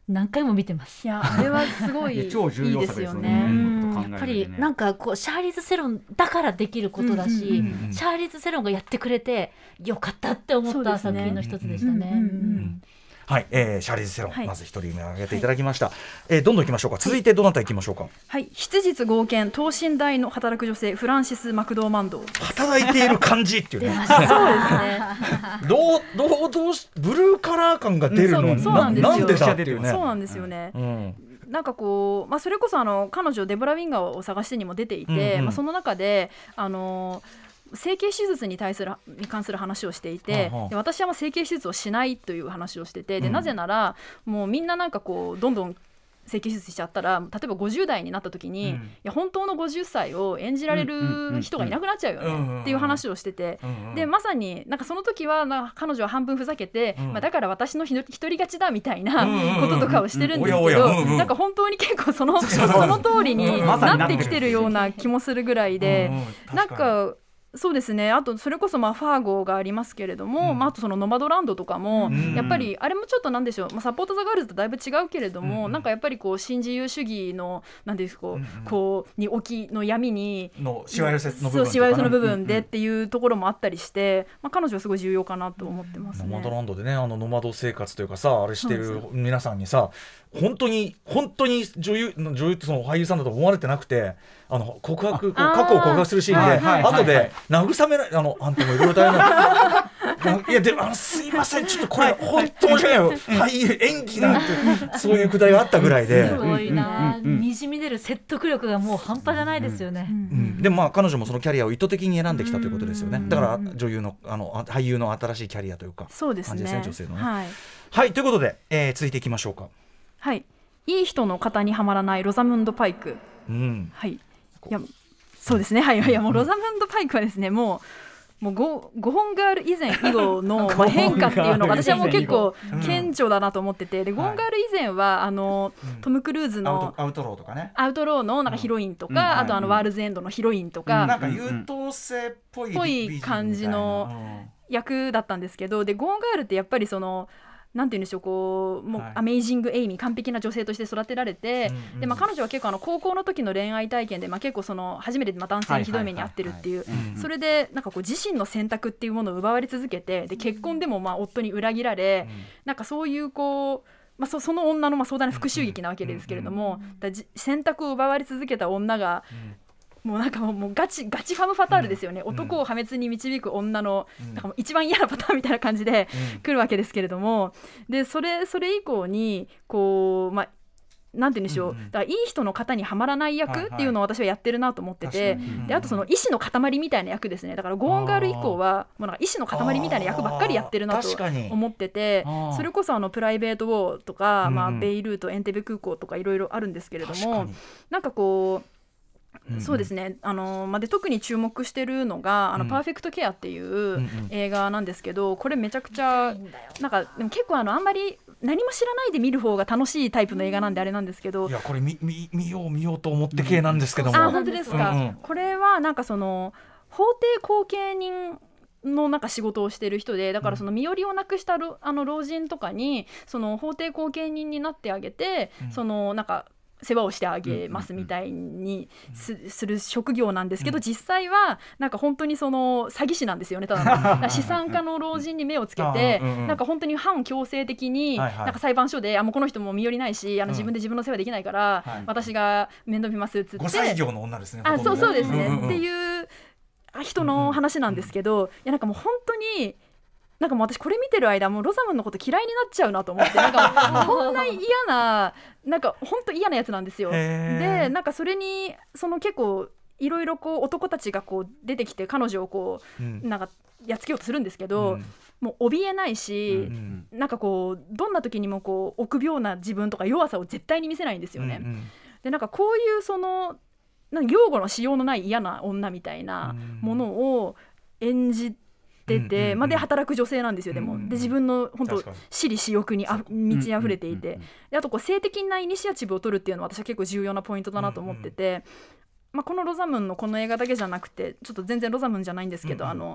何回も見てます。 いやあれはすごいいい超重要ですよね。 うん、やっぱりなんかこうシャーリーズ・セロンだからできることだし、 うんうんうん、 シャーリーズ・セロンがやってくれてよかったって思った作品の一つでしたね。 はい、えー、シャーリーズ・セロン、 はい、 まず一人目挙げていただきました、はい、えー、どんどんいきましょうか。続いてどなたいきましょうか。 はい、質実剛健等身大の働く女性フランシス・マクドーマンド。 働いている感じっていうねそうですねどうどうどうしブルーカラー感が出るのは、 うん、そうなんですよ。 なんでだっていうね。 そうなんですよね、 うん、 なんかこう、まあ、それこそあの彼女デボラ・ウィンガーを探してにも出ていて、うんうん、まあ、その中であの整形手術に対するに関する話をしていて、はあはあ、で私はまあ整形手術をしないという話をしてて、でなぜならもうみんななんかこうどんどん整形手術しちゃったら、例えばごじゅう代になった時に、うん、いや本当のごじゅっさいを演じられる人がいなくなっちゃうよねっていう話をしてて、でまさになんかその時はなんか彼女は半分ふざけて、うん、まあ、だから私の独り勝ちだみたいなこととかをしてるんですけど、なんか本当に結構そのその通りになってきてるような気もするぐらいで、なんかそうですね。あとそれこそまあファーゴがありますけれども、うん、まあ、あとそのノマドランドとかも、うん、やっぱりあれもちょっとなんでしょう、まあ、サポートザガールズとだいぶ違うけれども、うん、なんかやっぱりこう新自由主義のなんですか、うん、こうに置きの闇にのしわ寄せの部分、 そうしわ寄せの部分でっていうところもあったりして、まあ、彼女はすごい重要かなと思ってますね。 ノマドランドでね、あのノマド生活というかさ、あれしてる皆さんにさ、本当に本当に女優女優ってその俳優さんだと思われてなくて、あの告白過去を告白するシーンで、はいはい、後で慰められ、あのあんたもいろいろ大変ないやでもあのすいませんちょっとこれ本当申し訳ないよ、俳優演技なんてそういうくだりがあったぐらいで、 すごいな、にじみ出る説得力がもう半端じゃないですよね。 うんうん、でもまあ彼女もそのキャリアを意図的に選んできたということですよね。だから女優のあの俳優の新しいキャリアというかそうですね、 感じですね、女性のね。 はい、 はい、ということで、えー、続いていきましょうか。 はい、いい人の型にはまらないロザムンド・パイク、 うん、 はい、いやそうですね、はい、いやもうロザムンド・パイクはですね、もうもう ゴ, ゴホンガール以前以後のまあ変化っていうのが私はもう結構顕著だなと思ってて、でゴホンガール以前はあの、うん、トム・クルーズのアウトローとかね、 アウトローのなんかヒロインとか、うん、あとあのワールズエンドのヒロインとか、 うん、なんか優等生っぽい、 ぽい感じの役だったんですけど、でゴホンガールってやっぱりそのなんて言うんでしょう、こうもう、はい、アメイジングエイミー、完璧な女性として育てられて、うんうん、でまあ、彼女は結構あの高校の時の恋愛体験で、まあ、結構その初めてまあ男性にひどい目に遭ってるっていう、それでなんかこう自身の選択っていうものを奪われ続けて、で結婚でもまあ夫に裏切られ、うん、なんかそういうこう、まあ、そ, その女のまあ壮大な復讐劇なわけですけれども、だ選択を奪われ続けた女が、うん、もうなんかもうガチガチファムファタールですよね、うん、男を破滅に導く女の、うん、なんかもう一番嫌なパターンみたいな感じで来るわけですけれども、で そ, れそれ以降にこう、まあなんて言うんでしょう、うんうん、だからいい人の型にはまらない役っていうのを私はやってるなと思ってて、はいはい、であとその意志の塊みたいな役ですね。だからゴーンガール以降はもうなんか意志の塊みたいな役ばっかりやってるなと思ってて、それこそあのプライベートウォーとか、まあ、ベイルートエンテベ空港とかいろいろあるんですけれども、なんかこううんうん、そうですね、あのまあ、で特に注目してるのがあの、うん、パーフェクトケアっていう映画なんですけど、これめちゃくちゃなんかでも結構あのあんまり何も知らないで見る方が楽しいタイプの映画なんであれなんですけど、 いやこれ 見, 見, 見よう見ようと思って系なんですけども、 うん、あ本当ですか、うんうん、これはなんかその法定後見人のなんか仕事をしてる人で、だからその身寄りをなくしたあの老人とかにその法定後見人になってあげて、うん、そのなんか世話をしてあげますみたいに す,、うんうん、する職業なんですけど、うん、実際はなんか本当にその詐欺師なんですよね。ただ資産家の老人に目をつけて、うんうん、なんか本当に反強制的に、はいはい、なんか裁判所であもうこの人も身寄りないしあの自分で自分の世話できないから、うん、私が面倒見ますっつってご歳業の女ですね。 あそうそうですね、うんうんうん、っていう人の話なんですけど、うんうん、いやなんかもう本当になんかもう私これ見てる間もうロザムンのこと嫌いになっちゃうなと思って、なんかこんな嫌ななんか本当嫌なやつなんですよ。でなんかそれにその結構いろいろこう男たちがこう出てきて彼女をこう、うん、なんかやっつけようとするんですけど、うん、もう怯えないし、うんうん、なんかこうどんな時にもこう臆病な自分とか弱さを絶対に見せないんですよね。うんうん、でなんかこういうそのなんか擁護のしようのない嫌な女みたいなものを演じててて、うんうんうん、まあ、で働く女性なんですよ。でも、うんうん、で自分の本当私利私欲にあ満ち溢れていて、うんうんうん、であとこう性的なイニシアチブを取るっていうのは私は結構重要なポイントだなと思ってて、うんうん、まあ、このロザムンのこの映画だけじゃなくてちょっと全然ロザムンじゃないんですけど、うんうん、あの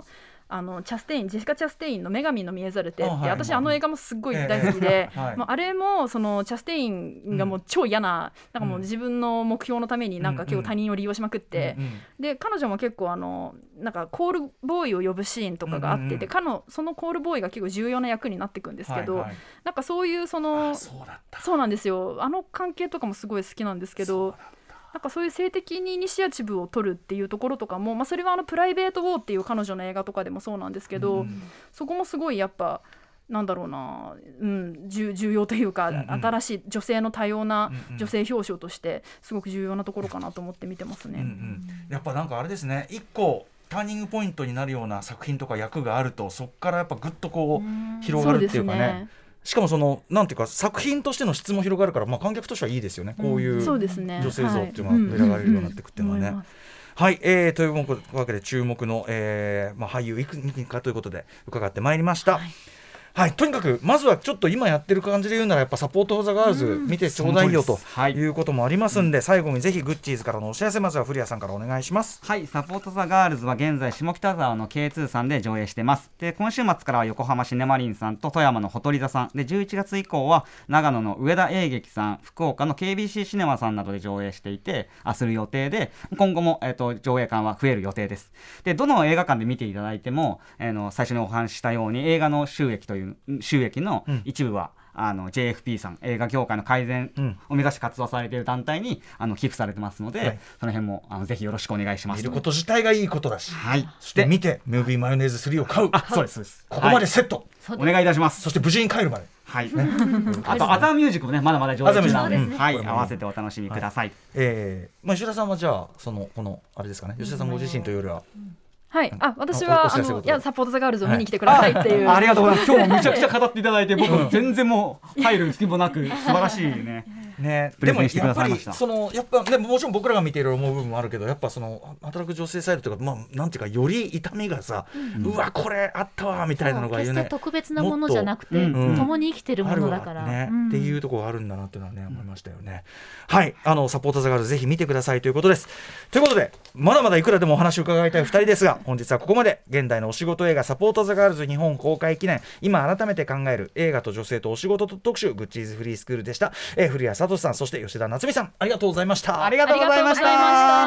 あのチャステインジェシカ・チャステインの女神の見えざる手って、 あ、はい、 私あの映画もすっごい大好きで、 えーはい、 もうあれもそのチャステインがもう超嫌な、うん、なんかもう自分の目標のためになんか結構他人を利用しまくって、うんうん、で彼女も結構あのなんかコールボーイを呼ぶシーンとかがあって、うんうんうん、で彼のそのコールボーイが結構重要な役になっていくんですけど、はいはい、なんかそういうそのそうだった、 そうなんですよ、あの関係とかもすごい好きなんですけど、なんかそういう性的にイニシアチブを取るっていうところとかも、まあ、それはあのプライベート・ウォーっていう彼女の映画とかでもそうなんですけど、うん、そこもすごいやっぱなんだろうな、うん、重, 重要というか、うんうん、新しい女性の多様な女性表彰としてすごく重要なところかなと思って見てますね、うんうん、 やっぱなんかあれですね、一個ターニングポイントになるような作品とか役があると、そこからやっぱぐっとこう広がるっていうかね、しかもそのなんていうか作品としての質も広がるから、まあ、観客としてはいいですよね、こういう女性像っていうのが見られるようになっていくっていうのはね。はい、えー、というわけで注目の、えーまあ、俳優いく人かということで伺ってまいりました。はいはい、とにかくまずはちょっと今やってる感じで言うならやっぱサポート・オブ・ザ・ガールズ見てちょうだいよということもありますんで、最後にぜひグッチーズからのお知らせ、まずは古谷さんからお願いします。 はい、サポート・ザ・ガールズは現在下北沢の ケーツー さんで上映してます。で今週末からは横浜シネマリンさんと富山のほとり座さんで、じゅういちがつ以降は長野の上田映劇さん、福岡の ケービーシー シネマさんなどで上映していてあする予定で、今後も、えー、と上映館は増える予定です。でどの映画館で見ていただいても、えー、の最初にお話ししたように映画の収益という収益のの一部は、うん、あの ジェイエフピー さん、映画業界の改善を目指して活動されている団体にあの寄付されてますので、はい、その辺もあのぜひよろしくお願いします。 見ること自体がいいことだし、 はい、 そして見てムービーマヨネーズスリーを買う、 あ、そうですそうです、 ここまでセット、 はい、お願いいたします。 そして無事に帰るまで、 はいね、あとアザーミュージックもねまだまだ上映中なので、うん、はい、合わせてお楽しみください。はい、 えーまあ、吉田さんはじゃあそのこのあれですかね、吉田さんご自身というよりは、うんはい、あ私はあのいやサポート・ザ・ガールズを見に来てくださいっていう、 はい、あ, ありがとうございます。今日もめちゃくちゃ語っていただいて僕全然もう入る隙もなく素晴らしいねね、でもやっぱりそのやっぱでももちろん僕らが見ている思う部分もあるけど、やっぱその働く女性サイドというか、まあなんていうかより痛みがさ、うん、うわこれあったわみたいなのが、ね、 決して特別なものじゃなくて、うん、共に生きてるものだから、 ね、うん、っていうところがあるんだなっていうのはね、思いましたよね。はい、あのサポート・ザ・ガールズぜひ見てくださいということです。ということでまだまだいくらでもお話を伺いたいふたりですが、本日はここまで。現代のお仕事映画サポート・ザ・ガールズ日本公開記念、今改めて考える映画と女性とお仕事と特集、グッチーズフリースクールでした。えー、古谷聡さん、そして吉田夏美さん、ありがとうございました。 ありがとうございました。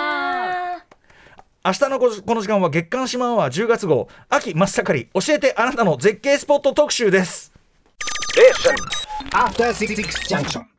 明日のこの時間は月刊シマアワーじゅうがつ号、秋真っ盛り教えてあなたの絶景スポット特集です。 After シックス ジャンクション